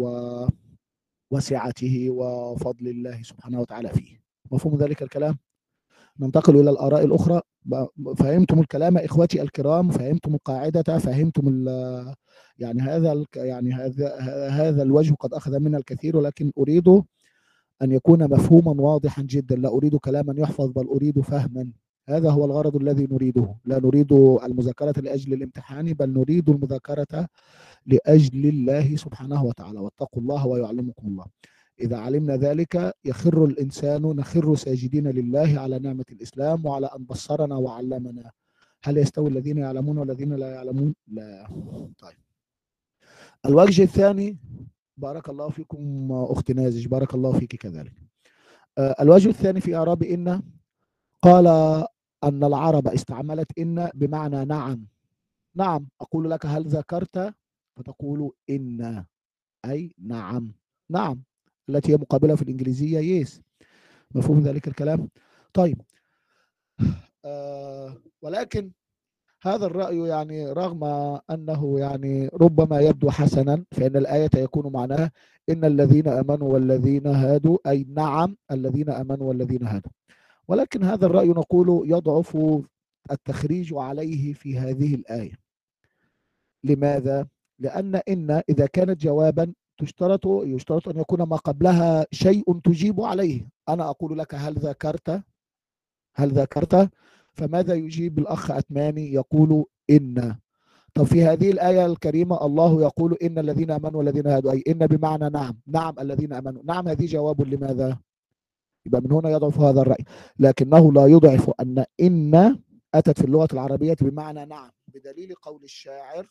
ووسعته وفضل الله سبحانه وتعالى فيه. مفهوم ذلك الكلام؟ ننتقل إلى الآراء الأخرى. فهمتم الكلام إخوتي الكرام؟ فهمتم القاعدة؟ فهمتم يعني هذا يعني هذا هذا الوجه قد أخذ منا الكثير، ولكن أريد أن يكون مفهوما واضحا جدا، لا أريد كلاما يحفظ بل أريد فهما. هذا هو الغرض الذي نريده، لا نريد المذاكرة لأجل الامتحان بل نريد المذاكرة لأجل الله سبحانه وتعالى، واتقوا الله ويعلمكم الله. إذا علمنا ذلك يخر الإنسان نخر ساجدين لله على نعمة الإسلام وعلى أن بصرنا وعلمنا. هل يستوي الذين يعلمون والذين لا يعلمون؟ لا. طيب الوجه الثاني، بارك الله فيكم أختي نازج، بارك الله فيك كذلك. الوجه الثاني في إعراب إن، قال أن العرب استعملت إن بمعنى نعم. نعم، أقول لك هل ذكرت؟ فتقول إن، أي نعم. نعم التي هي مقابلة في الإنجليزية يس. مفهوم ذلك الكلام؟ طيب آه ولكن هذا الرأي يعني رغم أنه يعني ربما يبدو حسنا، فإن الآية يكون معناها إن الذين آمنوا والذين هادوا، أي نعم الذين آمنوا والذين هادوا. ولكن هذا الرأي نقول يضعف التخريج عليه في هذه الآية. لماذا؟ لأن إن إذا كانت جوابا تشترط يشترط أن يكون ما قبلها شيء تجيب عليه. أنا أقول لك هل ذكرت؟ هل ذكرت؟ فماذا يجيب الأخ أتماني؟ يقول إن. طب في هذه الآية الكريمة الله يقول إن الذين آمنوا والذين هادوا، أي إن بمعنى نعم. نعم الذين آمنوا، نعم هذه جواب لماذا؟ يبقى من هنا يضعف هذا الرأي، لكنه لا يضعف أن إن أتت في اللغة العربية بمعنى نعم، بدليل قول الشاعر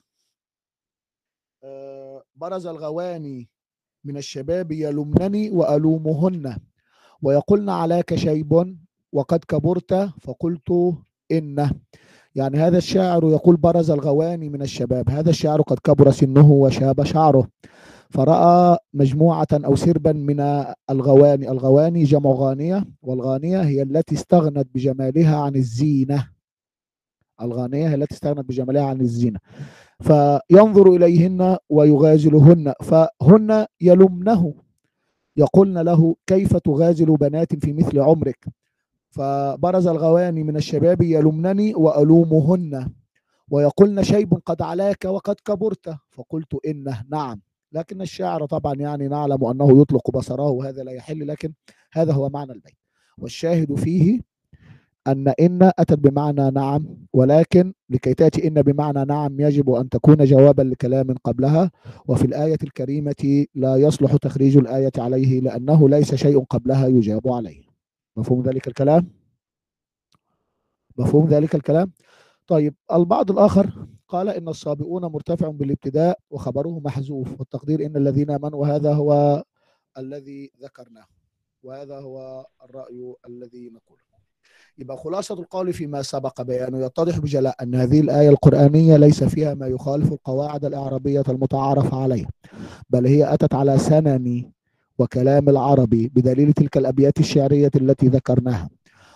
برز الغواني من الشباب يلمنني وألومهن ويقولن عليك شيب وقد كبرت فقلت إنه. يعني هذا الشاعر يقول برز الغواني من الشباب، هذا الشاعر قد كبر سنه وشاب شعره، فرأى مجموعة أو سربا من الغواني. الغواني جمع غانية، والغانية هي التي استغنت بجمالها عن الزينة. الغانية هي التي استغنت بجمالها عن الزينة، فينظر إليهن ويغازلهن، فهن يلمنه يقولن له كيف تغازل بنات في مثل عمرك؟ فبرز الغواني من الشباب يلمنني وألومهن ويقولن شيب قد علاك وقد كبرت فقلت إنه. نعم، لكن الشاعر طبعا يعني نعلم أنه يطلق بصره وهذا لا يحل، لكن هذا هو معنى البيت. والشاهد فيه أن إن أتت بمعنى نعم، ولكن لكي تأتي إن بمعنى نعم يجب أن تكون جوابا لكلام قبلها، وفي الآية الكريمة لا يصلح تخريج الآية عليه لأنه ليس شيء قبلها يجاب عليه. مفهوم ذلك الكلام؟ مفهوم ذلك الكلام؟ طيب البعض الآخر قال إن الصابئون مرتفع بالابتداء وخبره محذوف، والتقدير إن الذين آمنوا، وهذا هو الذي ذكرناه، وهذا هو الرأي الذي نقوله. يبقى خلاصة القول فيما سبق بيانه يتضح بجلاء أن هذه الآية القرآنية ليس فيها ما يخالف القواعد الإعرابية المتعارف عليها، بل هي أتت على سنن وكلام العربي بدليل تلك الأبيات الشعرية التي ذكرناها.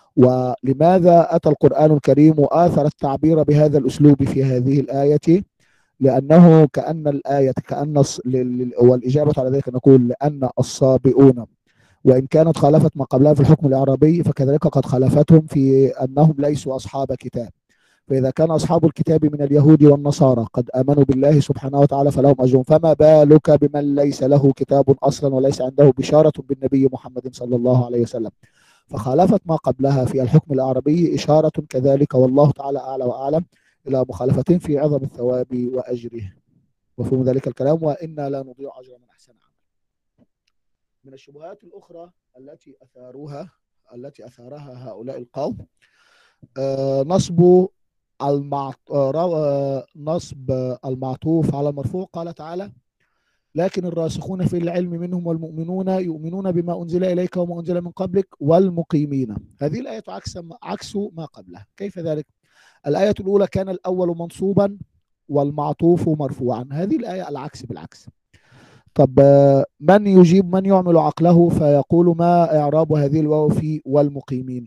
ولماذا أتى القرآن الكريم وآثر التعبير بهذا الأسلوب في هذه الآية؟ لأنه كأن الآية كأن والإجابة على ذلك نقول لأن الصابئون وإن كانت خالفت ما قبلها في الحكم الإعرابي فكذلك قد خالفتهم في أنهم ليسوا أصحاب كتاب. فإذا كان أصحاب الكتاب من اليهود والنصارى قد آمنوا بالله سبحانه وتعالى فلهم أجر، فما بالك بمن ليس له كتاب أصلا وليس عنده بشارة بالنبي محمد صلى الله عليه وسلم. فخالفت ما قبلها في الحكم الإعرابي إشارة كذلك والله تعالى أعلى وأعلم إلى مخالفتين في عظم الثواب وأجره. وفهم ذلك الكلام وإنا لا نضيع أجر من أحسن عمل. من الشبهات الأخرى التي أثاروها التي أثارها هؤلاء القوم آه نصب المعط... آه نصب المعطوف على المرفوع. قال تعالى: لكن الراسخون في العلم منهم والمؤمنون يؤمنون بما أنزل إليك وما أنزل من قبلك والمقيمين. هذه الآية عكس عكس ما قبلها. كيف ذلك؟ الآية الأولى كان الأول منصوبا والمعطوف مرفوعا، هذه الآية العكس بالعكس. طب من يجيب من يعمل عقله فيقول ما إعراب هذه الواو في والمقيمين؟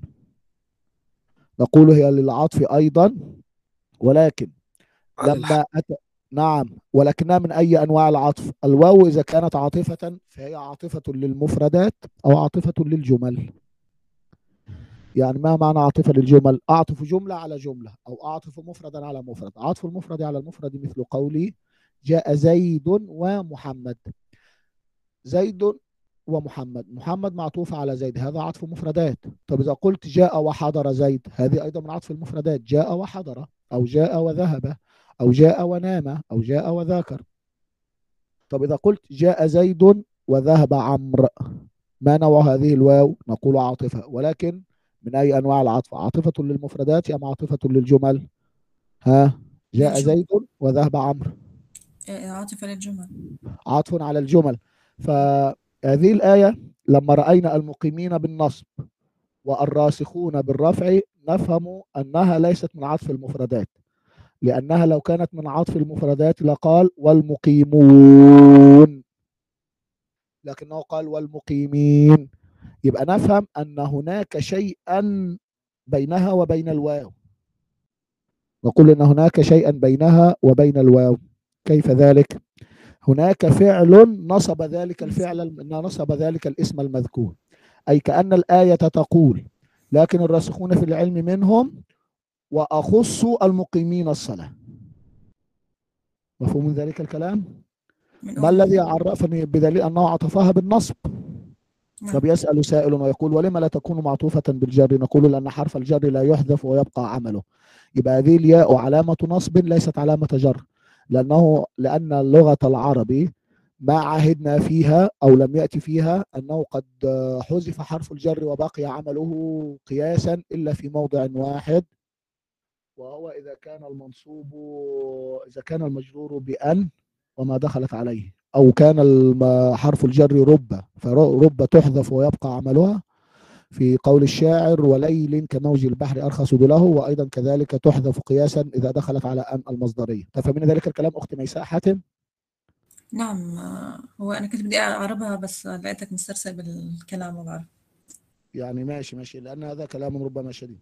نقول هي للعطف أيضا، ولكن لما أتى نعم ولكنها من أي أنواع العطف؟ الواو إذا كانت عاطفة فهي عاطفة للمفردات أو عاطفة للجمل. يعني ما معنى عاطفة للجمل؟ أعطف جملة على جملة أو أعطف مفردا على مفرد. عطف المفرد على المفرد مثل قولي جاء زيد ومحمد. زيد ومحمد، محمد معطوف على زيد، هذا عطف مفردات. طب إذا قلت جاء وحضر زيد، هذه أيضا من عطف المفردات، جاء وحضر أو جاء وذهب أو جاء ونام أو جاء وذاكر. طب إذا قلت جاء زيد وذهب عمرو، ما نوع هذه الواو؟ نقول عاطفة، ولكن من أي أنواع العطف؟ عاطفة للمفردات أم عاطفة للجمل؟ ها، جاء زيد وذهب عمرو، عاطفة للجمل، عطف على الجمل. فهذه الآية لما رأينا المقيمين بالنصب والراسخون بالرفع نفهم أنها ليست من عطف المفردات، لأنها لو كانت من عطف المفردات لقال والمقيمون، لكنه قال والمقيمين. يبقى نفهم أن هناك شيئا بينها وبين الواو، نقول أن هناك شيئا بينها وبين الواو. كيف ذلك؟ هناك فعل نصب ذلك الفعل نصب ذلك الاسم المذكور، أي كأن الآية تقول لكن الراسخون في العلم منهم وأخص المقيمين الصلاة. مفهوم من ذلك الكلام؟ ما الذي عرفني بدليل أنه عطفها بالنصب؟ فبيسأل سائل ويقول ولما لا تكون معطوفة بالجر؟ نقول لأن حرف الجر لا يحذف ويبقى عمله. يبقى هذه الياء علامة نصب ليست علامة جر، لأنه لأن لغة العربي ما عهدنا فيها أو لم يأتي فيها أنه قد حذف حرف الجر وبقي عمله قياسا إلا في موضع واحد، وهو إذا كان المنصوب إذا كان المجرور بأن وما دخلت عليه، أو كان حرف الجر رب، فرب تحذف ويبقى عملها في قول الشاعر وليل كموج البحر أرخص له، وأيضا كذلك تحذف قياسا إذا دخلت على أن المصدرية. تفهمين ذلك الكلام أختي ميساء حاتم؟ نعم، هو أنا كنت بدي أعربها بس لقيتك مسترسل بالكلام وبعرف. يعني ماشي ماشي لأن هذا كلام ربما شديد.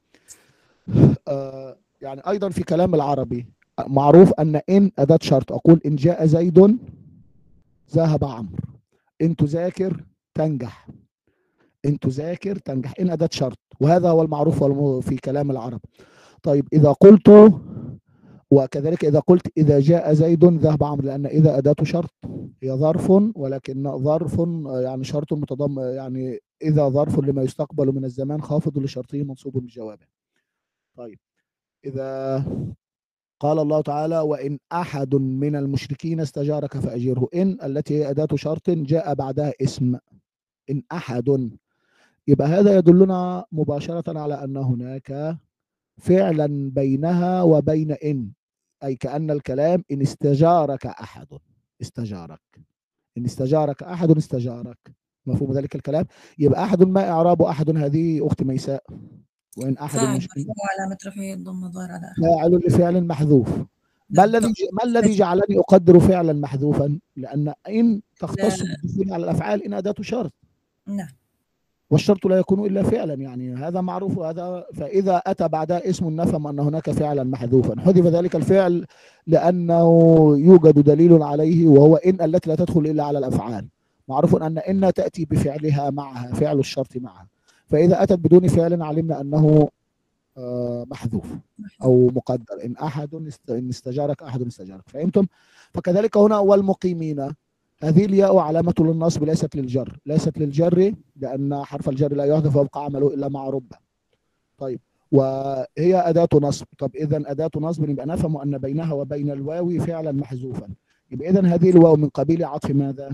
آه يعني أيضا في كلام العربي معروف أن إن أداة شرط. أقول إن جاء زيد ذهب عمرو، إن تذاكر تنجح، إن تذاكر تنجح، إن أداة شرط، وهذا هو المعروف في كلام العرب. طيب إذا قلت وكذلك إذا قلت إذا جاء زيد ذهب عمرو، لأن إذا أداة شرط هي ظرف، ولكن ظرف يعني شرط متضمن، يعني إذا ظرف لما يستقبل من الزمان خافض لشرطه منصوب بجوابه. طيب إذا قال الله تعالى وإن أحد من المشركين استجارك فأجره، إن التي هي أداة شرط جاء بعدها اسم إن أحد، يبقى هذا يدلنا مباشرة على أن هناك فعلا بينها وبين إن، أي كأن الكلام إن استجارك أحد استجارك، إن استجارك أحد استجارك. مفهوم ذلك الكلام؟ يبقى أحد ما إعراب أحد هذه أخت ميساء؟ وإن أحد فاعل مش مرفوع علامة رفعه الضمة ظاهر على آخره. فاعل لفعل محذوف. ما نعم. الذي ما الذي جعلني أقدر فعلا محذوفا؟ لأن إن تختص لا. بالدخول على الأفعال إن أداة شرط، نعم. والشرط لا يكون إلا فعلا، يعني هذا معروف هذا. فإذا أتى بعدها اسم نفهم أن هناك فعلا محذوفا، حذف ذلك الفعل لأنه يوجد دليل عليه، وهو إن التي لا تدخل إلا على الأفعال. معروف أن إن تأتي بفعلها معها، فعل الشرط معها، فإذا أتت بدون فعل علمنا أنه محذوف أو مقدر. إن أحد إن استجارك أحد استجارك، فهمتم؟ فكذلك هنا والمقيمين، هذه الياء علامة للنصب ليست للجر، ليست للجر لأن حرف الجر لا يحذف ويبقى عمله إلا مع رب. طيب، وهي أداة نصب. طب إذا أداة نصب يبقى نفهم أن بينها وبين الواو فعلا محذوفا، يبقى إذا هذه الواو من قبيل عطف ماذا؟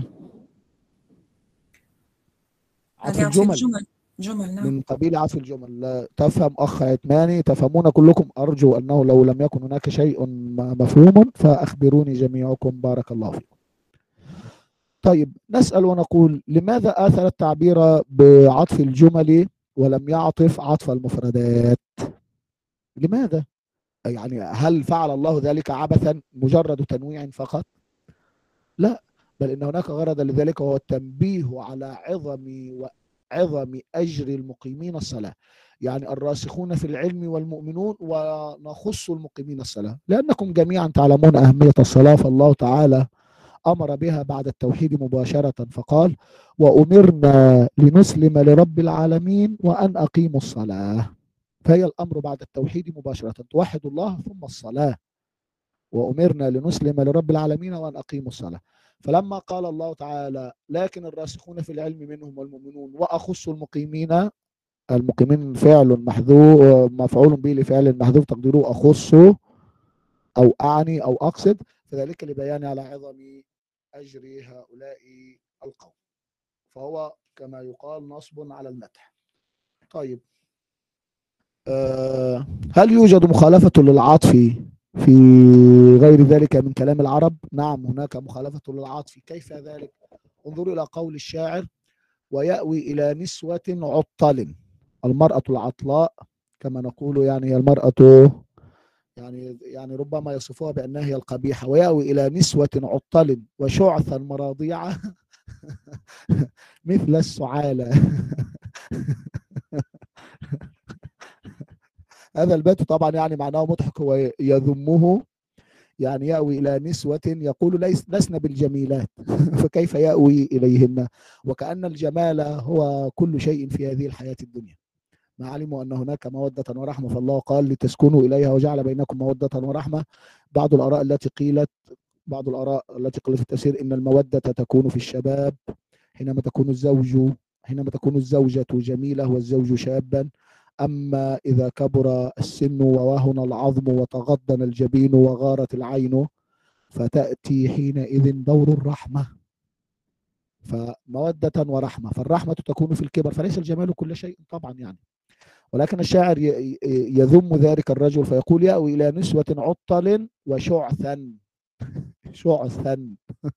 عطف الجمل. جمل جمل نعم. من قبيل عطف الجمل. تفهم أخ عثماني؟ تفهمون كلكم؟ أرجو أنه لو لم يكن هناك شيء مفهوم فأخبروني جميعكم، بارك الله فيكم. طيب، نسأل ونقول لماذا آثر التعبير بعطف الجمل ولم يعطف عطف المفردات؟ لماذا؟ يعني هل فعل الله ذلك عبثا مجرد تنويع فقط؟ لا، بل إن هناك غرض لذلك، وهو التنبيه على عظم وعظم أجر المقيمين الصلاة. يعني الراسخون في العلم والمؤمنون، ونخص المقيمين الصلاة لأنكم جميعا تعلمون أهمية الصلاة، فالله تعالى أمر بها بعد التوحيد مباشرة، فقال وأمرنا لنسلم لرب العالمين وأن أقيموا الصلاة. فهي الأمر بعد التوحيد مباشرة، توحد الله ثم الصلاة. وأمرنا لنسلم لرب العالمين وأن أقيموا الصلاة. فلما قال الله تعالى لكن الراسخون في العلم منهم والمؤمنون وأخص المقيمين، المقيمين فعل محذوف مفعول به لفعل محذوف تقديره أخص أو أعني أو أقصد، فذلك لبيان على عظم أجر هؤلاء القوم، فهو كما يقال نصب على المدح. طيب، أه هل يوجد مخالفة للعطف في غير ذلك من كلام العرب؟ نعم، هناك مخالفة للعطف. كيف ذلك؟ انظروا إلى قول الشاعر ويأوي إلى نسوة عطل. المرأة العطلاء كما نقول، يعني هي المرأة يعني يعني ربما يصفوها بأنها هي القبيحة. ويأوي إلى نسوة عطل وشعثا مراضيعة مثل السعالة. هذا البيت طبعا يعني معناه مضحك، هو يذمه، يعني يأوي إلى نسوة يقول ليس لسنا بالجميلات فكيف يأوي إليهن؟ وكأن الجمال هو كل شيء في هذه الحياة الدنيا، ما علموا أن هناك مودة ورحمة، فالله قال لتسكنوا إليها وجعل بينكم مودة ورحمة. بعض الآراء التي قيلت بعض الآراء التي قيلت في التفسير إن المودة تكون في الشباب حينما تكون الزوج حينما تكون الزوجة جميلة والزوج شابا، أما إذا كبر السن ووهن العظم وتغضن الجبين وغارت العين فتأتي حينئذ دور الرحمة، فمودة ورحمة. فالرحمة تكون في الكبر، فليس الجمال كل شيء طبعا يعني. ولكن الشاعر يذم ذلك الرجل فيقول يأوي إلى نسوة عطل وشعثا. شعثا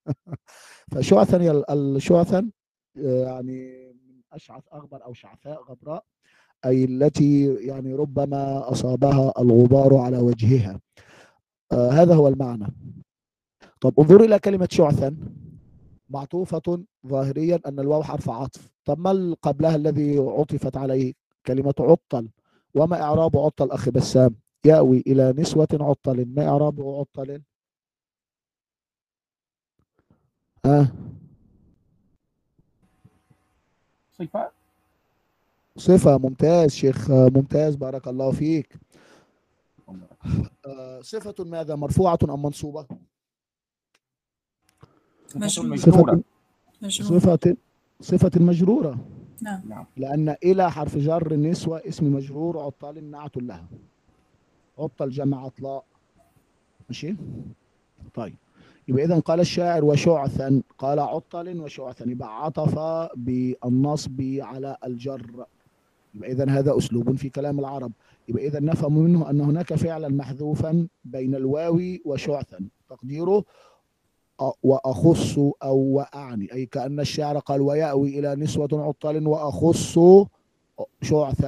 فشعثا الشعثا يعني من أشعث أغبر أو شعثاء غبراء، أي التي يعني ربما أصابها الغبار على وجهها. آه هذا هو المعنى. طب انظروا إلى كلمة شعثا، معطوفة ظاهريا أن الواو حرف عطف. طب ما قبلها الذي عطفت عليه؟ كلمة عطل. وما إعراب عطل أخي بسام؟ يأوي إلى نسوة عطل، ما إعراب عطل؟ آه. صفة صفة. ممتاز شيخ، ممتاز، بارك الله فيك. آه صفة ماذا؟ مرفوعة أم منصوبة؟ مجرورة. صفة صفة المجرورة. نعم. لأن إلى حرف جر نسوة اسم مجرور، عطال نعت لها، عطل جمع عطلاء. ماشي. طيب، يبقى إذن قال الشاعر وشعثا، قال عطل وشعثا، يبقى عطف بالنصب على الجر. يبقى إذن هذا أسلوب في كلام العرب. يبقى إذن نفهم منه أن هناك فعلا محذوفا بين الواو وشعثا تقديره وأخص أو وأعني، أي كأن الشاعر قال ويأوي إلى نسوة عطل وأخص شعثا،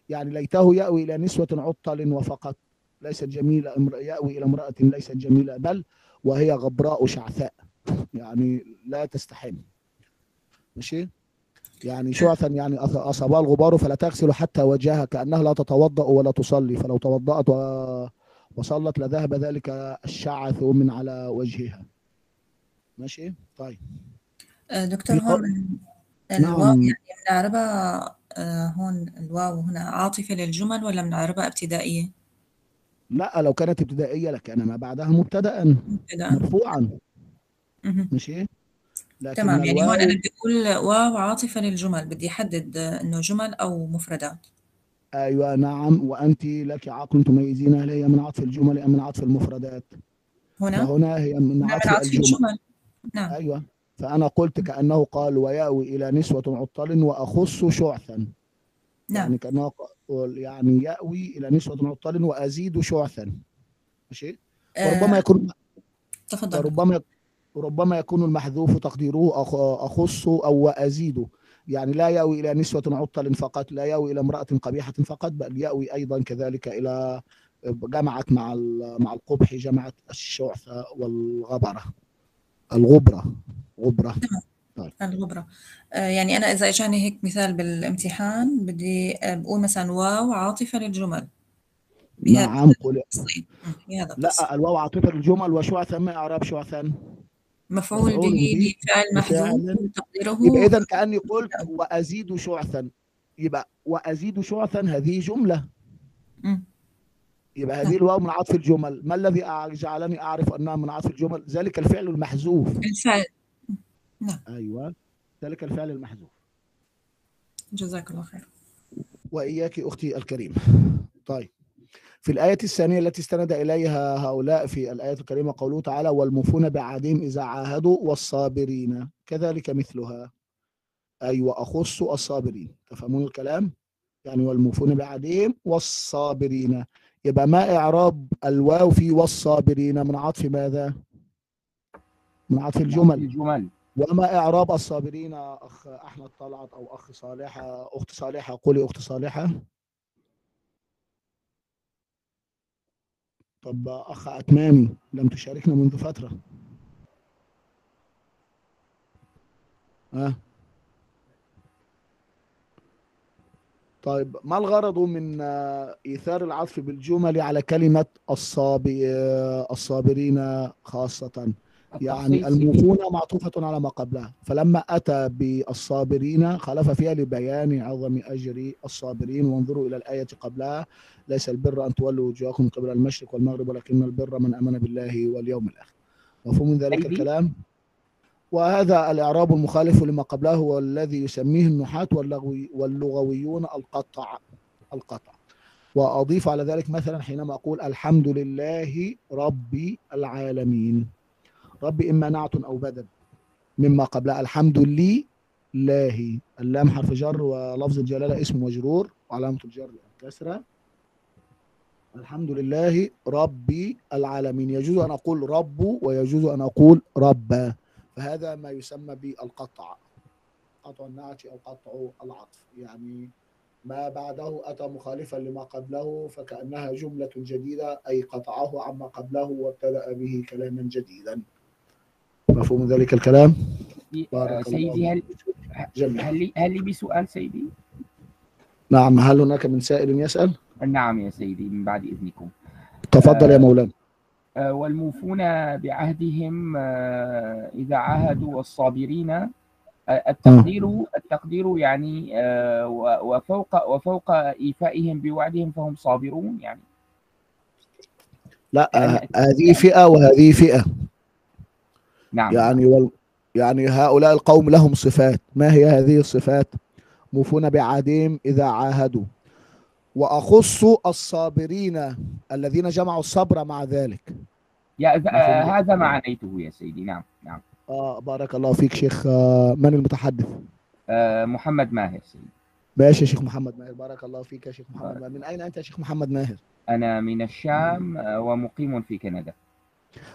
يعني ليته يأوي إلى نسوة عطل وفقط ليست جميلة، يأوي إلى امرأة ليست جميلة بل وهي غبراء شعثاء، يعني لا تستحم. ماشي، يعني شعثا يعني أصابها الغبار فلا تغسل حتى وجهها، كأنها لا تتوضأ ولا تصلي، فلو توضأت وصلت لذهب ذلك الشعث من على وجهها. ماشي. طيب دكتور هون الواو نعم. يعني بنعربها هون الواو هنا عاطفة للجمل ولا بنعربها ابتدائية؟ لا، لو كانت ابتدائية لكان ما بعدها مبتدأ مرفوعا. ماشي، لكن تمام. يعني هون الواو أنا بدي أقول واو عاطفة للجمل، بدي أحدد إنه جمل أو مفردات. أيوة نعم. وأنت لك عقل تميزين هل هي من عطف الجمل أم من عطف المفردات؟ هنا فهنا هي من هنا عطف من عطف الجمل. الجمل. نعم. أيوة، فأنا قلت كأنه قال ويأوي إلى نسوة عطل وأخص شعثا. نعم. يعني كأنه قال يعني يأوي إلى نسوة عطل وأزيد شعثا. ماشي. وربما يكون تفضل. وربما ربما يكون المحذوف تقديره أخص أو وأزيد، يعني لا يأوي إلى نسوة عطل فقط، لا يأوي إلى امرأة قبيحة فقط، بل يأوي أيضا كذلك إلى جمعت مع مع القبح، جمعت الشعث والغبرة الغبرة غبرة. طيب. الغبرة. آه يعني أنا إذا إجاني هيك مثال بالامتحان بدي بقول مثلا واو عاطفة للجمل. نعم. قل بهذا لا، الواو عاطفة للجمل وشعثا ما إعراب شعثا؟ مفعول به لفعل محذوف تقديره. يبقى إذا كأني قلت وأزيد شعثا، يبقى وأزيد شعثا هذه جملة. م. يبقى هذه الواو من عطف الجمل. ما الذي جعلني أعرف أنها من عطف الجمل؟ ذلك الفعل المحذوف. الفعل. نعم. أيوة، ذلك الفعل المحذوف. جزاك الله خير. وإياك أختي الكريمة. طيب، في الآية الثانية التي استند إليها هؤلاء في الآية الكريمة قوله تعالى والموفون بعهدهم إذا عاهدوا والصابرين كذلك مثلها، أيوة أخص الصابرين. تفهمون الكلام؟ يعني والموفون بعهدهم والصابرين. يبقى ما إعراب الواو في والصابرين؟ من عطف ماذا؟ من عطف الجمل. الجمل. وما إعراب الصابرين أخ أحمد طلعت أو أخ صالحة؟ أخت صالحة، قولي أخت صالحة. طب أخ أتمامي لم تشاركنا منذ فترة. ها؟ طيب، ما الغرض من إيثار العطف بالجمل على كلمة الصابرين خاصة؟ يعني الموفون معطوفة على ما قبلها، فلما أتى بالصابرين خلف فيها لبيان عظم أجر الصابرين. وانظروا إلى الآية قبلها ليس البر أن تولوا وجوهكم قبل المشرق والمغرب ولكن البر من آمن بالله واليوم الآخر. مفهوم من ذلك الكلام؟ وهذا الإعراب المخالف لما قبله هو الذي يسميه النحاة واللغويون القطع القطع. وأضيف على ذلك مثلا حينما أقول الحمد لله رب العالمين، رب إما نعت أو بدل مما قبلها. الحمد لله، اللام حرف جر ولفظ الجلالة اسم مجرور وعلامة الجر الكسرة. الحمد لله رب العالمين، يجوز أن أقول رب ويجوز أن أقول رب، فهذا ما يسمى بالقطع، قطع النعت أو قطع العطف، يعني ما بعده أتى مخالفا لما قبله فكأنها جملة جديدة، أي قطعه عما قبله وابتدأ به كلاما جديدا. مفهوم ذلك الكلام؟ سيدي هل هل لي هل لي بسؤال سيدي؟ نعم، هل هناك من سائل يسأل؟ نعم يا سيدي من بعد إذنكم. تفضل يا مولانا. والموفون بعهدهم إذا عاهدوا والصابرين، التقدير التقدير يعني وفوق وفوق إيفائهم بوعدهم فهم صابرون يعني. لا، هذه فئة وهذه فئة. نعم. يعني وال... يعني هؤلاء القوم لهم صفات. ما هي هذه الصفات؟ موفون بعهدهم إذا عاهدوا، وأخص الصابرين الذين جمعوا الصبر مع ذلك. يا هذا ما عنيته يا سيدي. نعم نعم. آه بارك الله فيك شيخ. آه من المتحدث؟ آه محمد ماهر سيدي. ماشي يا شيخ محمد ماهر، بارك الله فيك يا شيخ محمد ماهر. من أين أنت يا شيخ محمد ماهر؟ أنا من الشام ومقيم في كندا.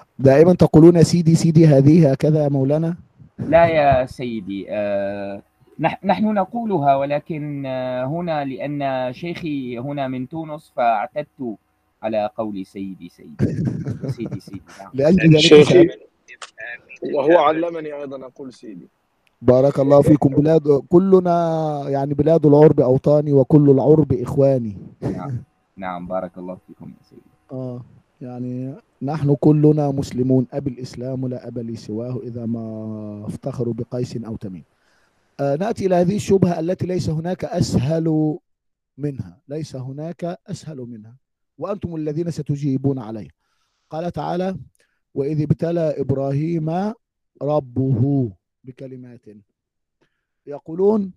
دائما تقولون سيدي سيدي هذه هكذا يا مولانا؟ لا يا سيدي، آه نح- نحن نقولها، ولكن آه، هنا لأن شيخي هنا من تونس فاعتدت على قول سيدي سيدي وسيدي سيدي. نعم. لأجل ذلك شيخي سأل. وهو علمني أيضا أقول سيدي. بارك الله فيكم. بلاد كلنا يعني بلاد العرب أوطاني وكل العرب إخواني. نعم نعم، بارك الله فيكم يا سيدي. آه يعني نحن كلنا مسلمون، أبي الإسلام لا أبا لي سواه إذا ما افتخروا بقيس أو تميم. آه نأتي إلى هذه الشبهة التي ليس هناك أسهل منها، ليس هناك أسهل منها، وأنتم الذين ستجيبون عليه. قال تعالى: وإذ ابتلى إبراهيم ربه بكلمات. يقولون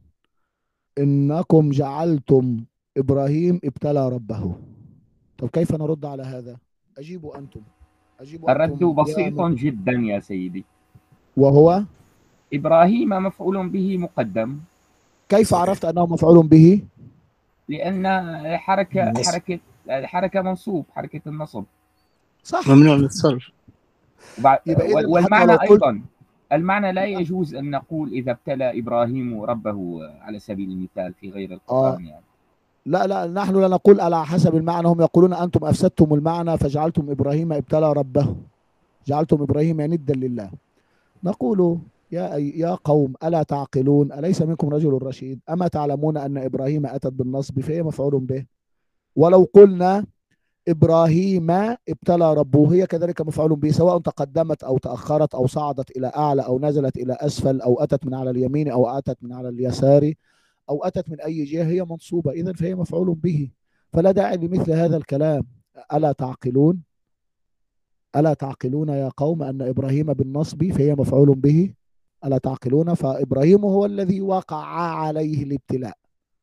إنكم جعلتم إبراهيم ابتلى ربه. طب كيف نرد على هذا؟ أجيبوا أنتم، أجيبوا الرد أنتم يا بسيط م... جدا يا سيدي. وهو إبراهيم مفعول به مقدم. كيف صحيح. عرفت أنه مفعول به؟ لأن حركة النصب. حركة حركة منصوب، حركة النصب. صح. ممنوع من الصرف. وبع- يبقى إذا وال- حتى والمعنى لو قلت أيضا، المعنى لا يجوز أن نقول إذا ابتلى إبراهيم ربه على سبيل المثال في غير آه القرآن يعني. لا لا نحن لا نقول على حسب المعنى، هم يقولون أنتم أفسدتم المعنى فجعلتم إبراهيم ابتلى ربه، جعلتم إبراهيم ندا لله. نقول يا أي يا قوم ألا تعقلون؟ أليس منكم رجل رشيد؟ أما تعلمون أن إبراهيم أتت بالنصب فهي مفعول به، ولو قلنا إبراهيم ابتلى ربه هي كذلك مفعول به، سواء تقدمت أو تأخرت أو صعدت إلى أعلى أو نزلت إلى أسفل أو أتت من على اليمين أو أتت من على اليسار أو أتت من أي جهة، هي منصوبة، إذن فهي مفعول به، فلا داعي لمثل هذا الكلام. ألا تعقلون؟ ألا تعقلون يا قوم أن إبراهيم بالنصب فهي مفعول به؟ ألا تعقلون؟ فإبراهيم هو الذي وقع عليه الابتلاء،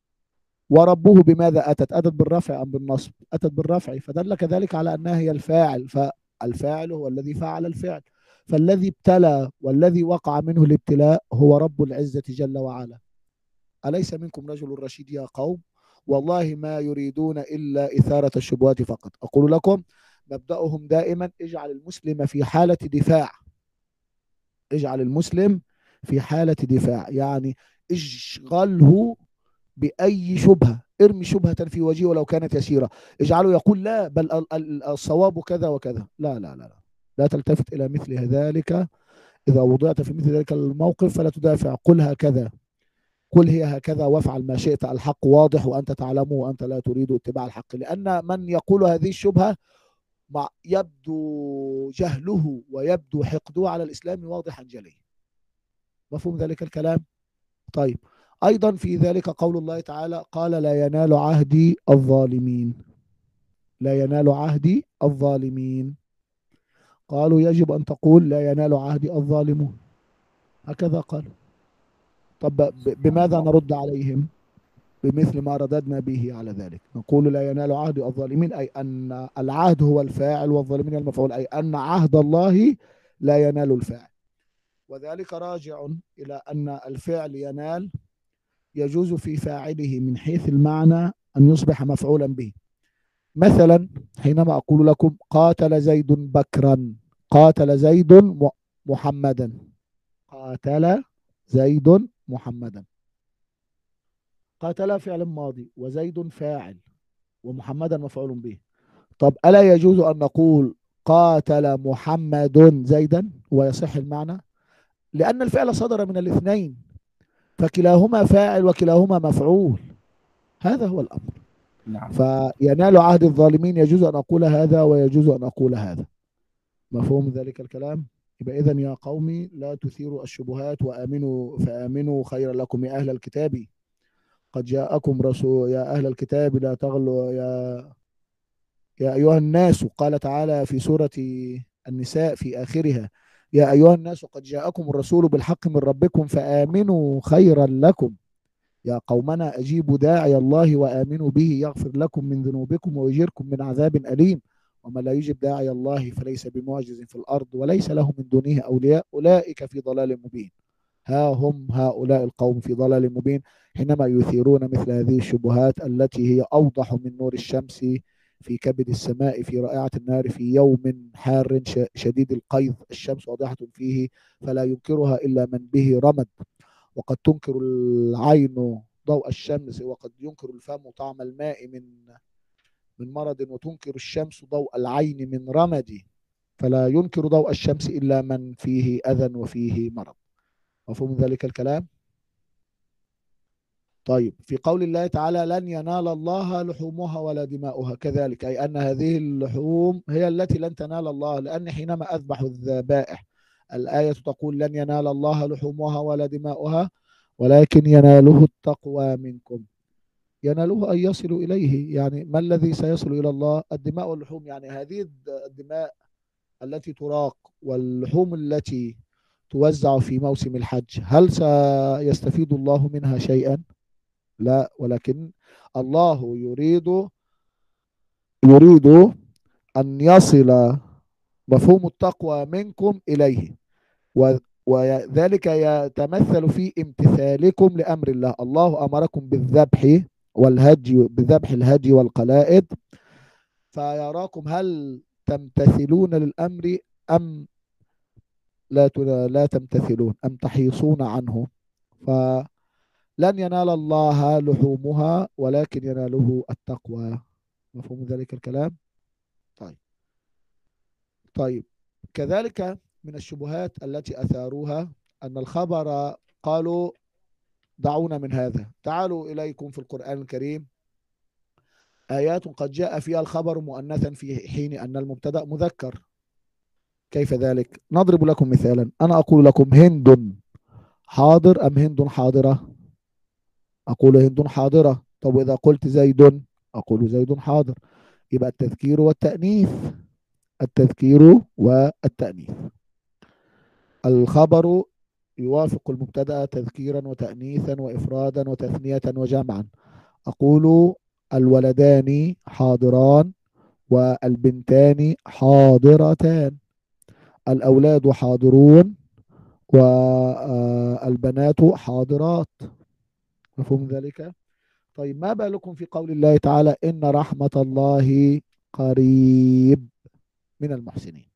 وربه بماذا أتت؟ أتت بالرفع أم بالنصب؟ أتت بالرفع، فدل كذلك على أنها هي الفاعل، فالفاعل هو الذي فعل الفعل، فالذي ابتلى والذي وقع منه الابتلاء هو رب العزة جل وعلا. أليس منكم رجل رشيد يا قوم؟ والله ما يريدون إلا إثارة الشبهات فقط. أقول لكم مبدأهم دائما اجعل المسلم في حالة دفاع، اجعل المسلم في حالة دفاع، يعني اشغله بأي شبهة، ارمي شبهة في وجهه ولو كانت يسيرة، اجعله يقول لا بل ال- ال- الصواب كذا وكذا. لا لا لا لا لا تلتفت إلى مثل ذلك. إذا وضعت في مثل ذلك الموقف فلا تدافع، قل هكذا، قل هي هكذا وافعل ما شئت، الحق واضح وأنت تعلمه وأنت لا تريد اتباع الحق. لأن من يقول هذه الشبهة مع يبدو جهله ويبدو حقده على الإسلام واضحا جلي. مفهوم ذلك الكلام؟ طيب، أيضا في ذلك قول الله تعالى: قال لا ينال عهدي الظالمين. لا ينال عهدي الظالمين. قالوا يجب أن تقول لا ينال عهدي الظالمون، هكذا قالوا. طب بماذا نرد عليهم؟ بمثل ما رددنا به على ذلك، نقول لا ينال عهد الظالمين، أي أن العهد هو الفاعل والظالمين المفعول، أي أن عهد الله لا ينال الفاعل، وذلك راجع إلى أن الفعل ينال يجوز في فاعله من حيث المعنى أن يصبح مفعولا به. مثلا حينما أقول لكم قاتل زيد بكرا، قاتل زيد محمدا، قاتل زيد محمدا، قاتل فعل ماضي وزيد فاعل ومحمدا مفعول به. طب ألا يجوز أن نقول قاتل محمد زيدا ويصح المعنى؟ لأن الفعل صدر من الاثنين، فكلاهما فاعل وكلاهما مفعول، هذا هو الأمر. نعم. فينال عهد الظالمين يجوز أن أقول هذا ويجوز أن أقول هذا. مفهوم ذلك الكلام؟ يبقى إذن يا قومي لا تثيروا الشبهات وآمنوا فآمنوا خيرا لكم يا أهل الكتاب، قد جاءكم رسول، يا أهل الكتاب لا تغلوا، يا يا أيها الناس، قال تعالى في سورة النساء في آخرها: يا أيها الناس قد جاءكم الرسول بالحق من ربكم فآمنوا خيرا لكم. يا قومنا أجيبوا داعي الله وآمنوا به يغفر لكم من ذنوبكم ويجيركم من عذاب أليم، ومن لا يجب داعي الله فليس بمعجز في الأرض وليس له من دونه أولياء أولئك في ضلال مبين. ها هم هؤلاء القوم في ضلال مبين حينما يثيرون مثل هذه الشبهات التي هي أوضح من نور الشمس في كبد السماء في رائعة النار في يوم حار شديد القيظ، الشمس واضحة فيه فلا ينكرها إلا من به رمد، وقد تنكر العين ضوء الشمس، وقد ينكر الفم طعم الماء من من مرض، وتنكر الشمس ضوء العين من رمد، فلا ينكر ضوء الشمس إلا من فيه أذى وفيه مرض. مفهوم ذلك الكلام؟ طيب، في قول الله تعالى لن ينال الله لحومها ولا دماؤها، كذلك أي أن هذه اللحوم هي التي لن تنال الله، لأن حينما أذبح الذبائح الآية تقول لن ينال الله لحومها ولا دماؤها ولكن يناله التقوى منكم. يناله أن يصلوا إليه، يعني ما الذي سيصل إلى الله؟ الدماء واللحوم، يعني هذه الدماء التي تراق واللحوم التي توزع في موسم الحج، هل سيستفيد الله منها شيئا؟ لا، ولكن الله يريد يريد أن يصل مفهوم التقوى منكم إليه، وذلك يتمثل في امتثالكم لأمر الله. الله أمركم بالذبح والهدي، بذبح الهدي والقلائد، فيراكم هل تمتثلون للأمر أم لا لا تمتثلون أم تحيصون عنه. فلن ينال الله لحومها ولكن يناله التقوى. مفهوم ذلك الكلام؟ طيب طيب كذلك من الشبهات التي أثاروها أن الخبر قالوا دعونا من هذا، تعالوا إليكم في القرآن الكريم آيات قد جاء فيها الخبر مؤنثا في حين أن المبتدأ مذكر. كيف ذلك؟ نضرب لكم مثالا، أنا أقول لكم هند حاضر أم هند حاضرة؟ أقول هند حاضرة. طب إذا قلت زيد أقول زيد حاضر. يبقى التذكير والتأنيث، التذكير والتأنيث. الخبر يوافق المبتدأ تذكيرا وتأنيثا وإفرادا وتثنية وجمعا. أقول الولدان حاضران والبنتان حاضرتان، الأولاد حاضرون والبنات حاضرات. مفهوم ذلك؟ طيب، ما بالكم في قول الله تعالى إن رحمة الله قريب من المحسنين؟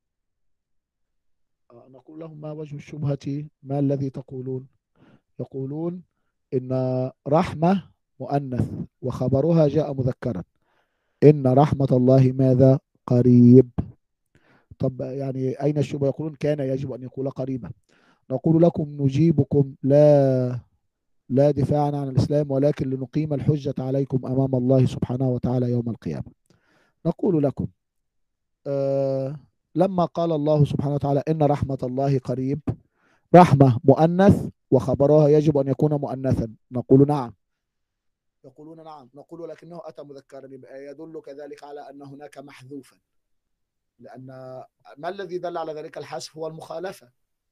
نقول لهم ما وجه الشبهة؟ ما الذي تقولون؟ يقولون إن رحمة مؤنث وخبرها جاء مذكرا، إن رحمة الله ماذا؟ قريب. طب يعني أين الشبهة؟ يقولون كان يجب أن يقول قريبا. نقول لكم نجيبكم لا لا دفاعا عن الإسلام ولكن لنقيم الحجة عليكم أمام الله سبحانه وتعالى يوم القيامة. نقول لكم آه لما قال الله سبحانه وتعالى إن رحمة الله قريب، رحمة مؤنث وخبرها يجب أن يكون مؤنثا. نقول نعم. يقولون نعم. نقول لكنه أتى مذكرا، يبقى يدل كذلك على أن هناك محذوفا، لأن ما الذي دل على ذلك الحذف؟ هو المخالفة.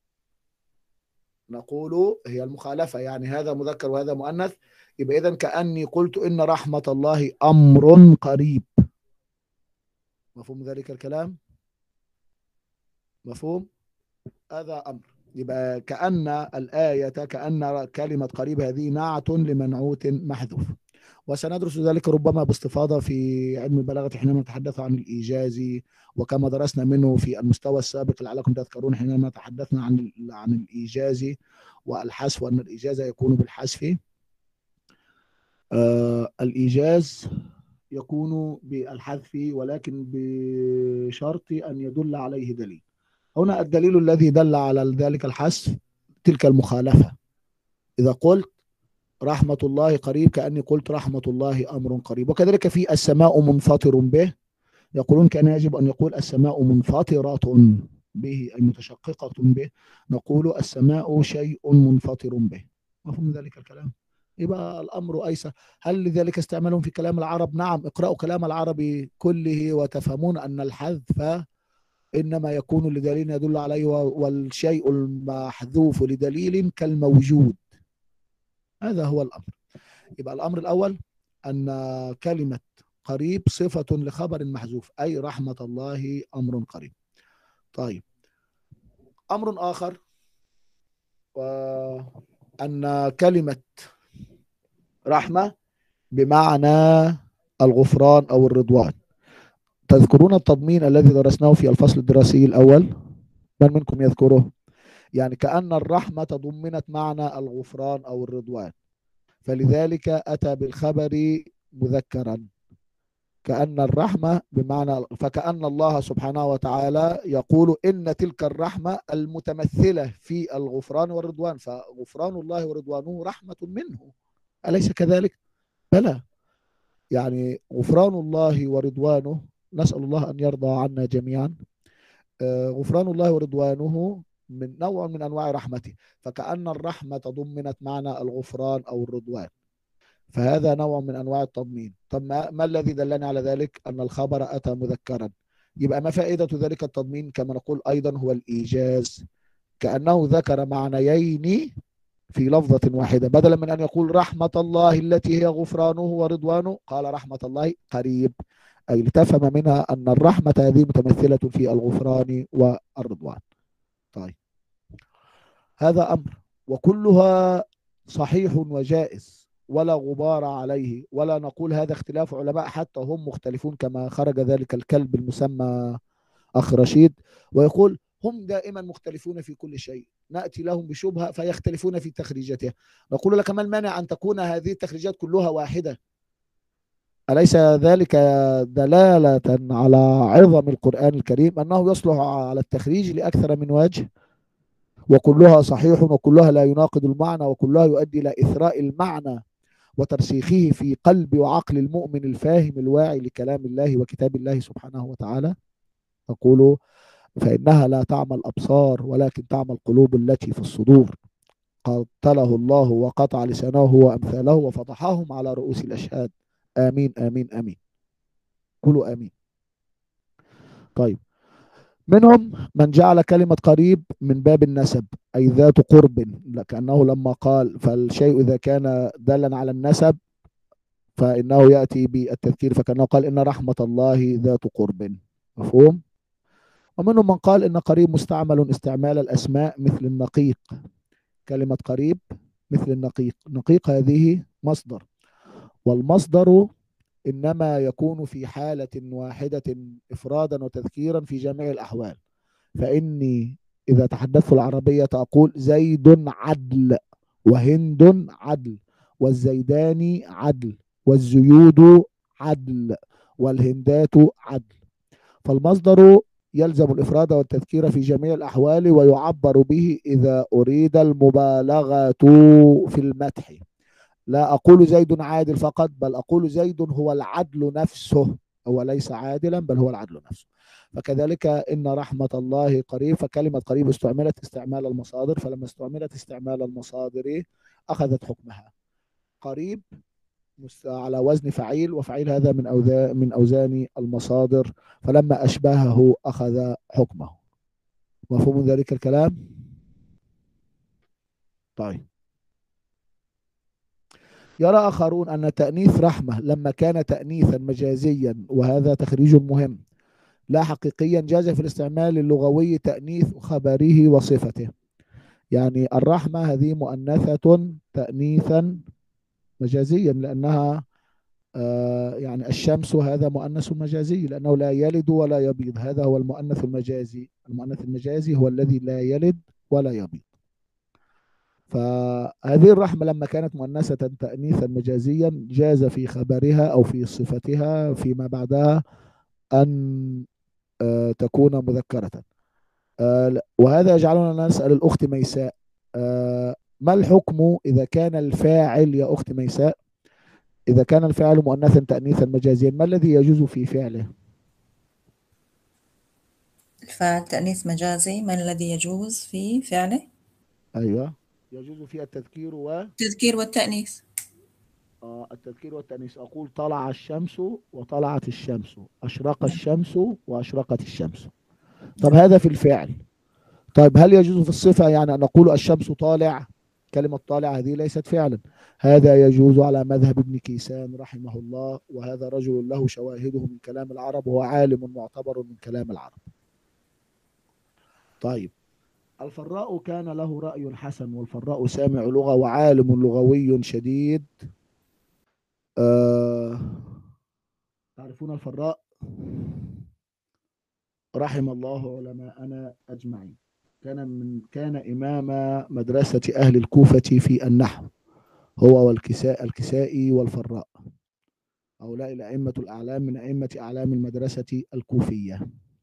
نقول هي المخالفة، يعني هذا مذكر وهذا مؤنث، يبقى إذن كأني قلت إن رحمة الله أمر قريب. مفهوم ذلك الكلام؟ مفهوم؟ هذا أمر، يبقى كأن الآية كأن كلمة قريب هذه نعت لمنعوت محذوف. وسندرس ذلك ربما باستفاضة في علم البلاغة حينما نتحدث عن الإيجاز، وكما درسنا منه في المستوى السابق لعلكم تذكرون حينما تحدثنا عن عن الإيجاز والحذف، وأن الإيجاز يكون بالحذف. آه الإيجاز يكون بالحذف ولكن بشرط أن يدل عليه دليل. هنا الدليل الذي دل على ذلك الحذف تلك المخالفة. إذا قلت رحمة الله قريب كأني قلت رحمة الله أمر قريب. وكذلك في السماء منفطر به، يقولون كان يجب أن يقول السماء منفطرة به أي متشققة به، نقول السماء شيء منفطر به. مفهوم ذلك الكلام؟ يبقى الأمر أيسر. هل لذلك استعمالهم في كلام العرب؟ نعم، اقرأوا كلام العرب كله وتفهمون أن الحذف إنما يكون لدليل يدل عليه، والشيء المحذوف لدليل كالموجود. هذا هو الأمر. يبقى الأمر الأول أن كلمة قريب صفة لخبر محذوف، أي رحمة الله أمر قريب. طيب، أمر آخر أن كلمة رحمة بمعنى الغفران أو الرضوان. تذكرون التضمين الذي درسناه في الفصل الدراسي الأول؟ من منكم يذكره؟ يعني كأن الرحمة تضمنت معنى الغفران أو الرضوان، فلذلك أتى بالخبر مذكرا، كأن الرحمة بمعنى، فكأن الله سبحانه وتعالى يقول إن تلك الرحمة المتمثلة في الغفران والرضوان، فغفران الله ورضوانه رحمة منه، أليس كذلك؟ بلى، يعني غفران الله ورضوانه، نسأل الله أن يرضى عنا جميعا. آه، غفران الله ورضوانه من نوع من أنواع رحمته، فكأن الرحمة تضمنت معنى الغفران أو الرضوان، فهذا نوع من أنواع التضمين. طب ما, ما الذي دلني على ذلك؟ أن الخبر أتى مذكرا، يبقى ما فائدة ذلك التضمين؟ كما نقول أيضا هو الإيجاز، كأنه ذكر معنيين في لفظة واحدة، بدلا من أن يقول رحمة الله التي هي غفرانه ورضوانه، قال رحمة الله قريب، أي لتفهم منها أن الرحمة هذه متمثلة في الغفران والرضوان. طيب، هذا أمر، وكلها صحيح وجائز ولا غبار عليه، ولا نقول هذا اختلاف علماء، حتى هم مختلفون، كما خرج ذلك الكلب المسمى أخ رشيد ويقول هم دائما مختلفون في كل شيء، نأتي لهم بشبهة فيختلفون في تخريجاتها، نقول لك ما المانع أن تكون هذه التخريجات كلها واحدة؟ أليس ذلك دلالة على عظم القرآن الكريم أنه يصلح على التخريج لأكثر من وجه، وكلها صحيح وكلها لا يناقض المعنى، وكلها يؤدي إلى إثراء المعنى وترسيخه في قلب وعقل المؤمن الفاهم الواعي لكلام الله وكتاب الله سبحانه وتعالى. نقول فإنها لا تعمى الأبصار ولكن تعمى القلوب التي في الصدور، قتله الله وقطع لسانه وأمثاله وفضحهم على رؤوس الأشهاد. آمين آمين آمين، قولوا آمين. طيب، منهم من جعل كلمة قريب من باب النسب، أي ذات قرب، لكنه لما قال فالشيء إذا كان دالا على النسب فإنه يأتي بالتذكير، فكأنه قال إن رحمة الله ذات قرب، مفهوم؟ ومنهم من قال إن قريب مستعمل استعمال الأسماء مثل النقيق، كلمة قريب مثل النقيق، نقيق هذه مصدر، والمصدر إنما يكون في حالة واحدة إفرادا وتذكيرا في جميع الأحوال، فإني إذا تحدثت العربية أقول زيد عدل، وهند عدل، والزيدان عدل، والزيود عدل، والهندات عدل، فالمصدر يلزم الإفراد والتذكير في جميع الأحوال، ويعبر به إذا أريد المبالغة في المدح، لا أقول زيد عادل فقط، بل أقول زيد هو العدل نفسه، هو ليس عادلا بل هو العدل نفسه. فكذلك إن رحمة الله قريب، فكلمة قريب استعملت استعمال المصادر، فلما استعملت استعمال المصادر أخذت حكمها، قريب على وزن فعيل، وفعيل هذا من أوزان من أوزان المصادر، فلما أشبهه أخذ حكمه. مفهوم ذلك الكلام؟ طيب، يرى آخرون أن تأنيث رحمة لما كان تأنيثا مجازيا، وهذا تخريج مهم، لا حقيقيا، جاز في الاستعمال اللغوي تأنيث خبره وصفته، يعني الرحمة هذه مؤنثة تأنيثا مجازيا، لأنها آه يعني الشمس هذا مؤنث مجازي، لأنه لا يلد ولا يبيض، هذا هو المؤنث المجازي، المؤنث المجازي هو الذي لا يلد ولا يبيض. فهذه الرحمة لما كانت مؤنثة تأنيثا مجازيا جاز في خبرها أو في صفتها فيما بعدها أن آه تكون مذكرة. آه وهذا يجعلنا نسأل الأخت ميساء، آه ما الحكم إذا كان الفاعل، يا أخت ميساء، إذا كان الفاعل مؤنثا تأنيثا مجازيا، ما الذي يجوز في فعله؟ الفاعل تأنيث مجازي، ما الذي يجوز في فعله؟ أيوة، يجوز فيها التذكير و التذكير والتأنيث. آه التذكير والتأنيث، أقول طلع الشمس وطلعت الشمس، أشرق الشمس وأشرقت الشمس. طب هذا في الفعل. طيب هل يجوز في الصفة، يعني أن نقول الشمس طالع، كلمة طالع هذه ليست فعلا، هذا يجوز على مذهب ابن كيسان رحمه الله، وهذا رجل له شواهده من كلام العرب، وهو عالم معتبر من كلام العرب. طيب، الفراء كان له رأي حسن، والفراء سامع لغة وعالم لغوي شديد. أه... تعرفون الفراء؟ رحم الله علماءنا أجمعين. كان من كان إمام مدرسة أهل الكوفة في النحو، هو والكساء الكسائي والفراء. هؤلاء الأئمة الأعلام من أئمة أعلام المدرسة الكوفية.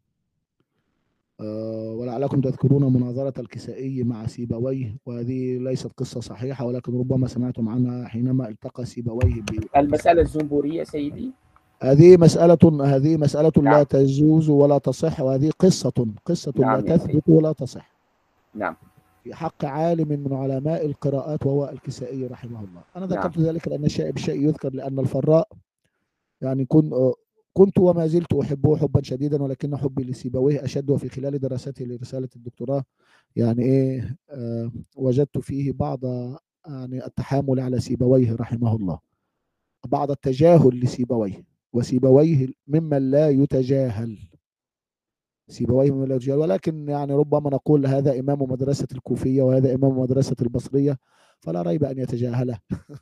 أه ولعلكم تذكرون مناظرة الكسائي مع سيبويه، وهذه ليست قصة صحيحة، ولكن ربما سمعتم عنها حينما التقى سيبويه ب... المسألة الزنبورية سيدي. هذه مسألة هذه مسألة نعم. لا تجوز ولا تصح، وهذه قصة قصة نعم لا تثبت ولا تصح. نعم. في حق عالم من علماء القراءات وهو الكسائي رحمه الله. أنا ذكرت نعم. ذلك لأن الشيء بالشيء يذكر، لأن الفراء يعني كن كنت وما زلت أحبه حبا شديدا، ولكن حبي لسيبويه أشد، وفي خلال دراسته لرسالة الدكتوراه يعني إيه آه وجدت فيه بعض يعني التحامل على سيبويه رحمه الله، بعض التجاهل لسيبويه، وسيبويه ممن لا يتجاهل سيبويه ممن لا يتجاهل، ولكن يعني ربما نقول هذا إمام مدرسة الكوفية وهذا إمام مدرسة البصرية، فلا ريب أن يتجاهله.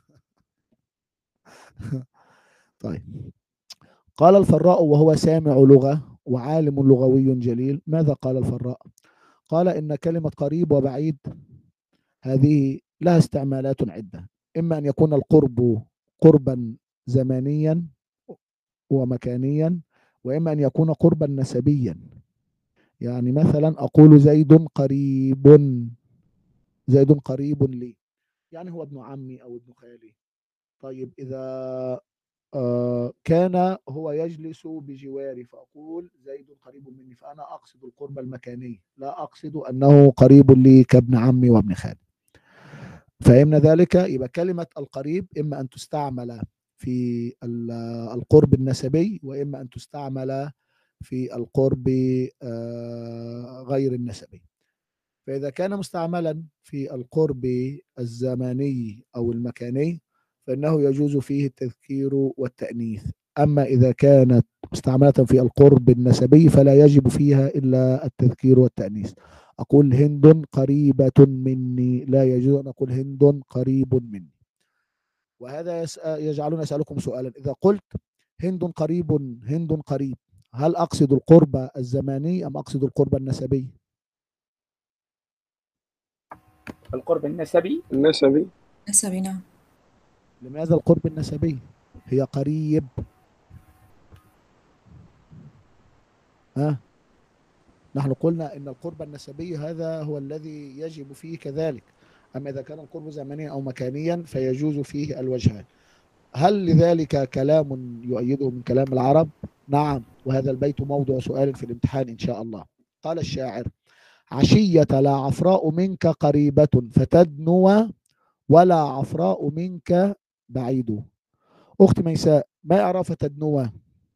طيب، قال الفراء وهو سامع لغة وعالم لغوي جليل. ماذا قال الفراء؟ قال إن كلمة قريب وبعيد هذه لها استعمالات عدة، إما أن يكون القرب قربا زمانيا ومكانيا، وإما أن يكون قربا نسبيا. يعني مثلا أقول زيد قريب، زيد قريب لي، يعني هو ابن عمي أو ابن خالي. طيب إذا آه كان هو يجلس بجواري فأقول زيد قريب مني، فأنا أقصد القرب المكاني، لا أقصد أنه قريب لي كابن عمي وابن خالي. فهمنا ذلك؟ يبقى كلمة القريب إما أن تستعمل في القرب النسبي، وإما أن تستعمل في القرب غير النسبي. فإذا كان مستعملا في القرب الزماني أو المكاني فإنه يجوز فيه التذكير والتأنيث، أما إذا كانت مستعملة في القرب النسبي فلا يجب فيها إلا التذكير والتأنيث. أقول هند قريبة مني، لا يجوز أن أقول هند قريب مني. وهذا يجعلنا أسألكم سؤالا، إذا قلت هند قريب هند قريب، هل أقصد القرب الزماني أم أقصد القرب النسبي؟ القرب النسبي. النسبي. نسبي نعم. لماذا القرب النسبي؟ هي قريب. ها؟ نحن قلنا إن القرب النسبي هذا هو الذي يجب فيه كذلك، أما إذا كان القرب زمنيا أو مكانيا فيجوز فيه الوجهان. هل لذلك كلام يؤيده من كلام العرب؟ نعم، وهذا البيت موضوع سؤال في الامتحان إن شاء الله. قال الشاعر: عشية لا عفراء منك قريبة فتدنو، ولا عفراء منك بعيد. أخت ميساء، ما إعراب فتدنو؟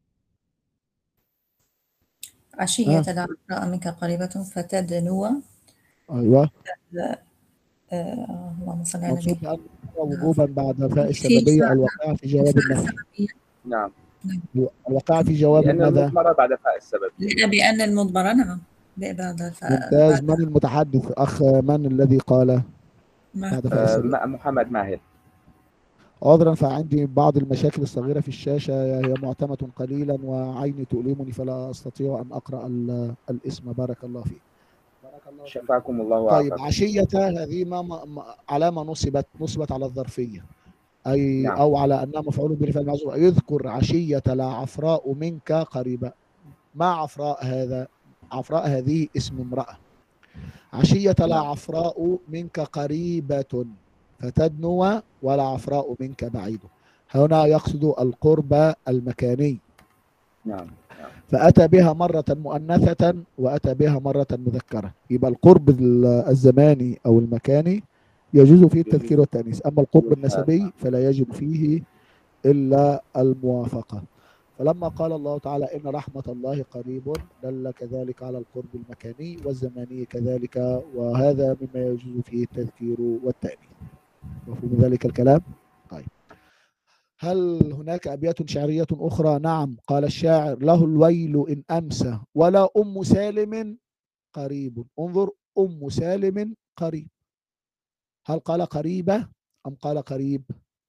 عشية لا عفراء منك قريبة فتدنو. أيوة. آه، اللهم صل على النبي. مقصود وجوبا بعد فاء السببية الواقعة في جواب النفي. نعم. الواقعة في جواب لأن ماذا؟ المضمرة بعد فاء السببية. بأن المضمرة نعم بعد الفاء. ممتاز. من المتحدث؟ أخ من الذي قال بعد فاء السببية؟ آه محمد ماهر. عذرا، فعندي بعض المشاكل الصغيرة في الشاشة، هي معتمة قليلا وعيني تؤلمني فلا أستطيع أن أقرأ الاسم. بارك الله فيك. بارك الله فيك. شفاكم الله طيب، وعافاكم. عشية هذه ما علامة نصبت نصبت على الظرفية، أي نعم. أو على أنها مفعول به فعل محذوف. يذكر عشية لا عفراء منك قريبة. ما عفراء هذا؟ عفراء هذه اسم امرأة. عشية لا عفراء منك قريبة فتدنو، ولا عفراء منك بعيد. هنا يقصد القرب المكاني. نعم. فأتى بها مرة مؤنثة وأتى بها مرة مذكرة. يبقى القرب الزماني أو المكاني يجوز فيه التذكير والتأنيث، أما القرب النسبي فلا يجب فيه إلا الموافقة. فلما قال الله تعالى إن رحمة الله قريب دل كذلك على القرب المكاني والزماني كذلك، وهذا مما يجوز فيه التذكير والتأنيث. مفهوم ذلك الكلام؟ طيب، هل هناك أبيات شعرية أخرى؟ نعم. قال الشاعر: له الويل إن أمسى ولا أم سالم قريب. انظر، أم سالم قريب. هل قال قريبة أم قال قريب؟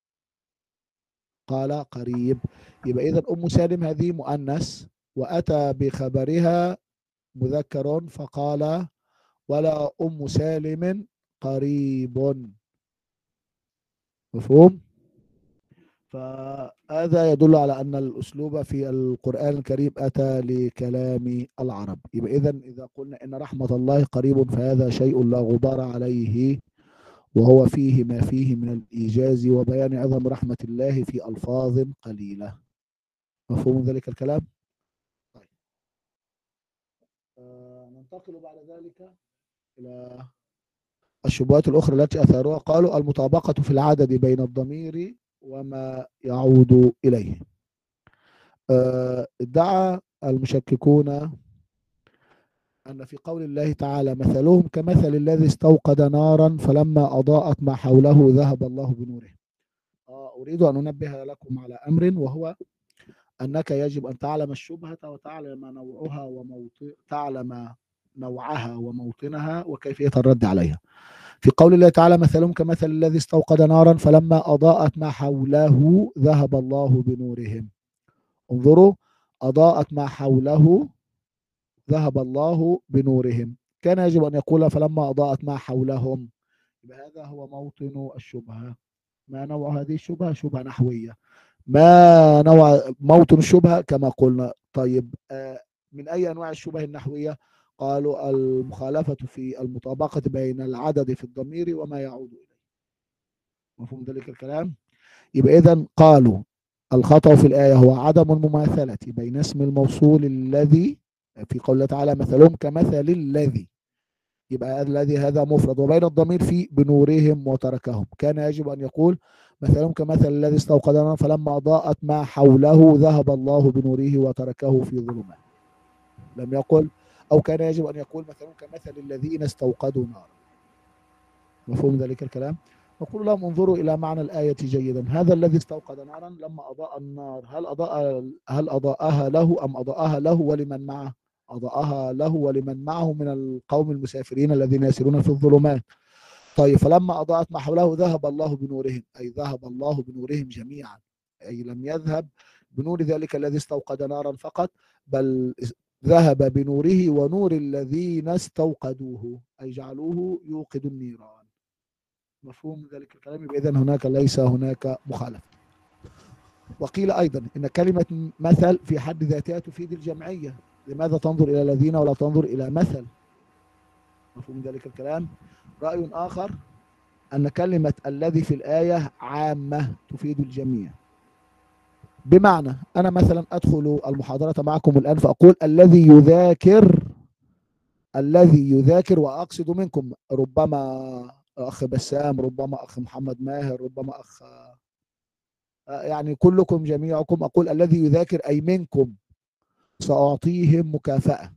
قال قريب. يبقى إذن أم سالم هذه مؤنث وأتى بخبرها مذكر فقال ولا أم سالم قريب. مفهوم؟ فهذا يدل على أن الأسلوب في القرآن الكريم أتى لكلام العرب. يبقى إذن إذا قلنا إن رحمة الله قريب فهذا شيء لا غبار عليه، وهو فيه ما فيه من الإيجاز وبيان عظم رحمة الله في ألفاظ قليلة. مفهوم ذلك الكلام؟ طيب. آه ننتقل بعد ذلك إلى الشبهات الأخرى التي أثاروها. قالوا المطابقة في العدد بين الضمير وما يعود إليه. آه ادعى المشككون أن في قول الله تعالى مثلهم كمثل الذي استوقد نارا فلما أضاءت ما حوله ذهب الله بنوره. آه أريد أن أنبه لكم على أمر، وهو أنك يجب أن تعلم الشبهة وتعلم نوعها وموطن تعلم نوعها وموطنها وكيفية الرد عليها. في قول الله تعالى مثلهم كمثل الذي استوقد نارا فلما أضاءت ما حوله ذهب الله بنورهم. انظروا، أضاءت ما حوله ذهب الله بنورهم. كان يجب أن يقول فلما أضاءت ما حولهم. هذا هو موطن الشبهة. ما نوع هذه الشبهة؟ شبهة نحوية. ما نوع موطن الشبهة؟ كما قلنا. طيب من أي أنواع الشبهة النحوية؟ قالوا المخالفة في المطابقة بين العدد في الضمير وما يعود إليه. مفهوم ذلك الكلام؟ يبقى إذن قالوا الخطأ في الآية هو عدم المماثلة بين اسم الموصول الذي في قوله تعالى مثلهم كمثل الذي، يبقى الذي هذا مفرد، وبين الضمير في بنورهم وتركهم. كان يجب أن يقول مثلهم كمثل الذي استوقد نارا فلما أضاءت ما حوله ذهب الله بنوره وتركه في ظلمات. لم يقل، أو كان يجب أن يقول مثلهم كمثل الذين استوقدوا نارا. مفهوم ذلك الكلام؟ نقول لهم انظروا إلى معنى الآية جيدا. هذا الذي استوقد نارا لما أضاء النار هل أضاء هل أضاءها له أم أضاءها له ولمن معه؟ أضاءها له ولمن معه من القوم المسافرين الذين يسيرون في الظلمات. طيب فلما أضاءت ما حوله ذهب الله بنورهم، أي ذهب الله بنورهم جميعا، أي لم يذهب بنور ذلك الذي استوقد نارا فقط، بل ذهب بنوره ونور الذين استوقدوه، أي جعلوه يوقد النيران. مفهوم ذلك الكلام؟ إذن هناك ليس هناك مخالفة. وقيل أيضا إن كلمة مثل في حد ذاتها تفيد الجمعية. لماذا تنظر إلى الذين ولا تنظر إلى مثل؟ مفهوم ذلك الكلام؟ رأي آخر أن كلمة الذي في الآية عامة تفيد الجميع. بمعنى أنا مثلا أدخل المحاضرة معكم الآن فأقول الذي يذاكر الذي يذاكر وأقصد منكم ربما أخ بسام، ربما أخ محمد ماهر، ربما أخ يعني كلكم جميعكم، أقول الذي يذاكر أي منكم سأعطيهم مكافأة.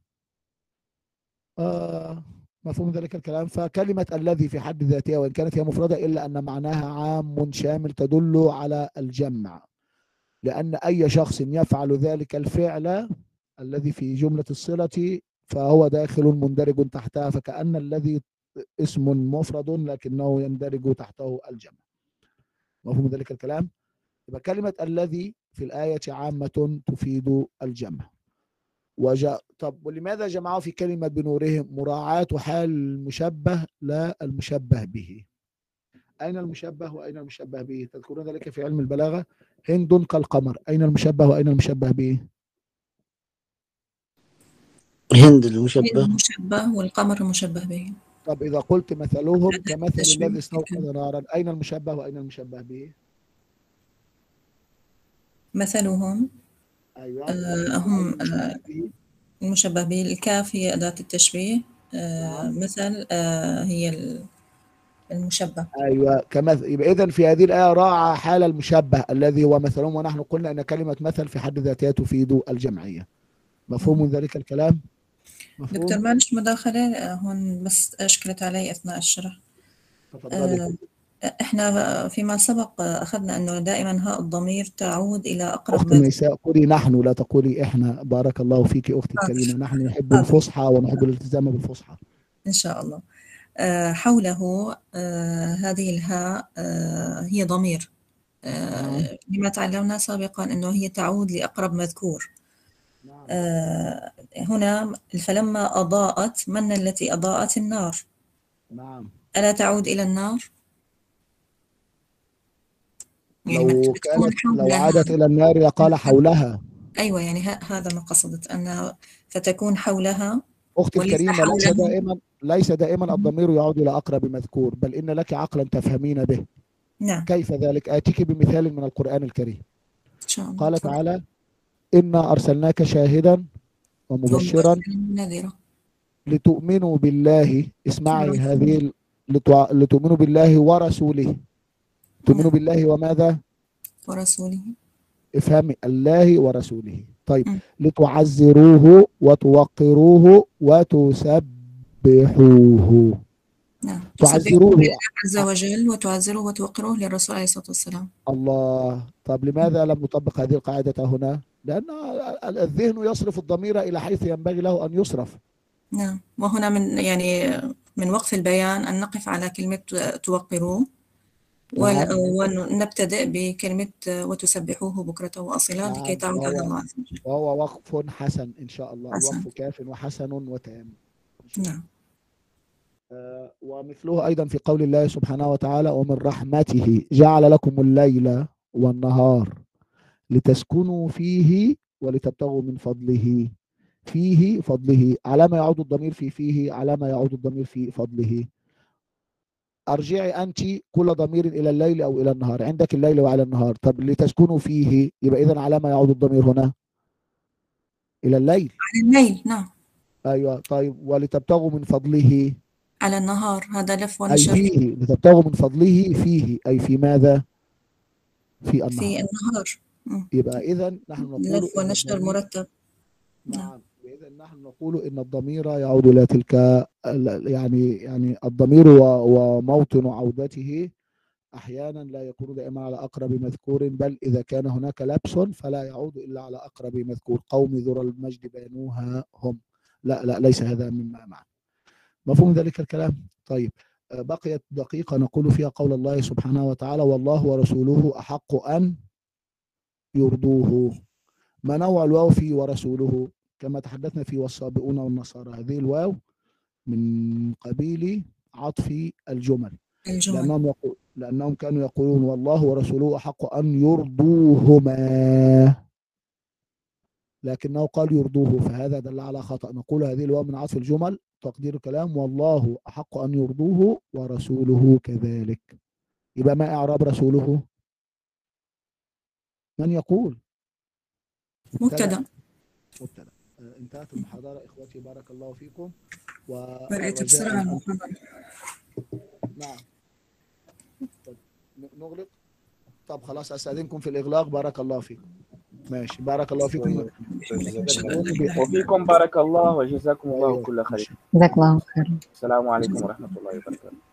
آه مفهوم ذلك الكلام؟ فكلمة الذي في حد ذاتها وإن كانت هي مفردة إلا أن معناها عام شامل تدل على الجمع، لأن أي شخص يفعل ذلك الفعل الذي في جملة الصلة فهو داخل مندرج تحتها، فكأن الذي اسم مفرد لكنه يندرج تحته الجمع. مفهوم ذلك الكلام؟ يبقى كلمة الذي في الآية عامة تفيد الجمع. وجاء طب ولماذا جمعوا في كلمة بنورهم؟ مراعاة حال المشبه لا المشبه به. أين المشبه وأين المشبه به؟ تذكرون ذلك في علم البلاغة؟ هند كالقمر، أين المشبه وأين المشبه به؟ هند المشبه المشبه والقمر المشبه به. طب إذا قلت مثلهم كمثل الذي استوقد نارا، أين المشبه وأين المشبه به؟ مثلهم أيوة. آه هم آه المشبه به. الكاف هي أداة التشبيه. آه مثل آه هي المشبه. أيوة كمثل. يبقى إذن في هذه الآية راعى حال المشبه الذي هو مثلهم، ونحن قلنا أن كلمة مثل في حد ذاتها تفيد الجمعية. مفهوم من ذلك الكلام؟ مفهوم؟ دكتور معلش مداخلة هون بس أشكلت علي أثناء الشرح. آه احنا فيما سبق أخذنا أنه دائما هاء الضمير تعود إلى أقرب. أختي النساء قولي نحن لا تقولي إحنا. بارك الله فيك أختي الكريمة. نحن نحب الفصحى ونحب الالتزام بالفصحى إن شاء الله. آه حوله آه هذه الهاء آه هي ضمير. آه لما تعلمنا سابقا أنه هي تعود لأقرب مذكور. نعم. آه هنا فلما أضاءت، من التي أضاءت؟ النار. نعم. ألا تعود إلى النار؟ يعني لو بتكون كانت لو حولها. عادت إلى النار لقال حولها. أيوة، يعني هذا ما قصدت، أنها فتكون حولها. أختي وليس الكريمة، ليس حولها. دائما ليس دائما الضمير يعود إلى أقرب مذكور، بل إن لك عقلا تفهمين به. نعم. كيف ذلك؟ آتيك بمثال من القرآن الكريم. إن شاء الله. قال تعالى: إنا أرسلناك شاهدا ومبشرا نذيرا لتؤمنوا بالله. اسمعي هذه، لتؤمنوا بالله ورسوله. تؤمنوا بالله وماذا؟ ورسوله. افهمي، الله ورسوله. طيب، م. لتعزروه وتوقروه وتسبحوه. نعم. تعزروه لله عز وجل، وتعزروه وتوقروه للرسول عليه الصلاة والسلام. الله. طب لماذا لم نطبق هذه القاعدة هنا؟ لأن الذهن يصرف الضمير إلى حيث ينبغي له أن يصرف. نعم. وهنا من يعني من وقف البيان أن نقف على كلمة توقروه، نعم. ونبتدئ بكلمة وتسبحوه بكرة وأصيلا. نعم. لكي تعود على الله عز وجل. وهو وقف حسن إن شاء الله. حسن. الوقف كاف وحسن وتام. نعم. آه ومثله أيضا في قول الله سبحانه وتعالى: ومن رحمته جعل لكم الليل والنهار لتسكنوا فيه ولتبتغوا من فضله. فيه فضله، على ما يعود الضمير في فيه، على ما يعود الضمير في فضله. ارجعي أنت كل ضمير إلى الليل أو إلى النهار. عندك الليل وعلى النهار. طب لتسكنوا فيه، يبقى إذن على ما يعود الضمير هنا؟ إلى الليل. على الليل. نعم. أيوة. طيب، ولتبتغوا من فضله على النهار. هذا لف أي ونشر. فيه. لتبتغوا من فضله فيه، أي في ماذا؟ في النهار. في النهار. م. يبقى إذن نحن نقول لف ونشر مرتب. نعم. إذا نحن نقول إن الضمير يعود إلى تلك، يعني يعني الضمير وموطن عودته أحيانا لا يكون دائما على أقرب مذكور، بل إذا كان هناك لبس فلا يعود إلا على أقرب مذكور. قوم ذر المجد بنوها هم. لا لا، ليس هذا مما معنى. مفهوم ذلك الكلام؟ طيب، بقيت دقيقة نقول فيها قول الله سبحانه وتعالى: والله ورسوله أحق أن يرضوه. ما نوع الواو في ورسوله؟ كما تحدثنا في والسابقون والنصارى، هذه الواو من قبيل عطف الجمل. الجمل. لأنهم, يقول لأنهم كانوا يقولون والله ورسوله أحق أن يرضوهما، لكنه قال يرضوه، فهذا دل على خطأ. نقول هذه الواو من عطف الجمل، تقدير الكلام والله أحق أن يرضوه ورسوله كذلك. يبقى ما إعراب رسوله؟ من يقول؟ مبتدأ. مبتدأ. انتهت المحاضرة إخوتي، بارك الله فيكم. برأيت بسرعة المحاضرة. نعم. طب نغلق. طب خلاص، أستأذنكم في الإغلاق. بارك الله فيكم. ماشي، بارك الله فيكم. وفيكم بارك الله وجزاكم الله كل خير. جزاك الله خير. السلام عليكم ورحمة الله وبركاته.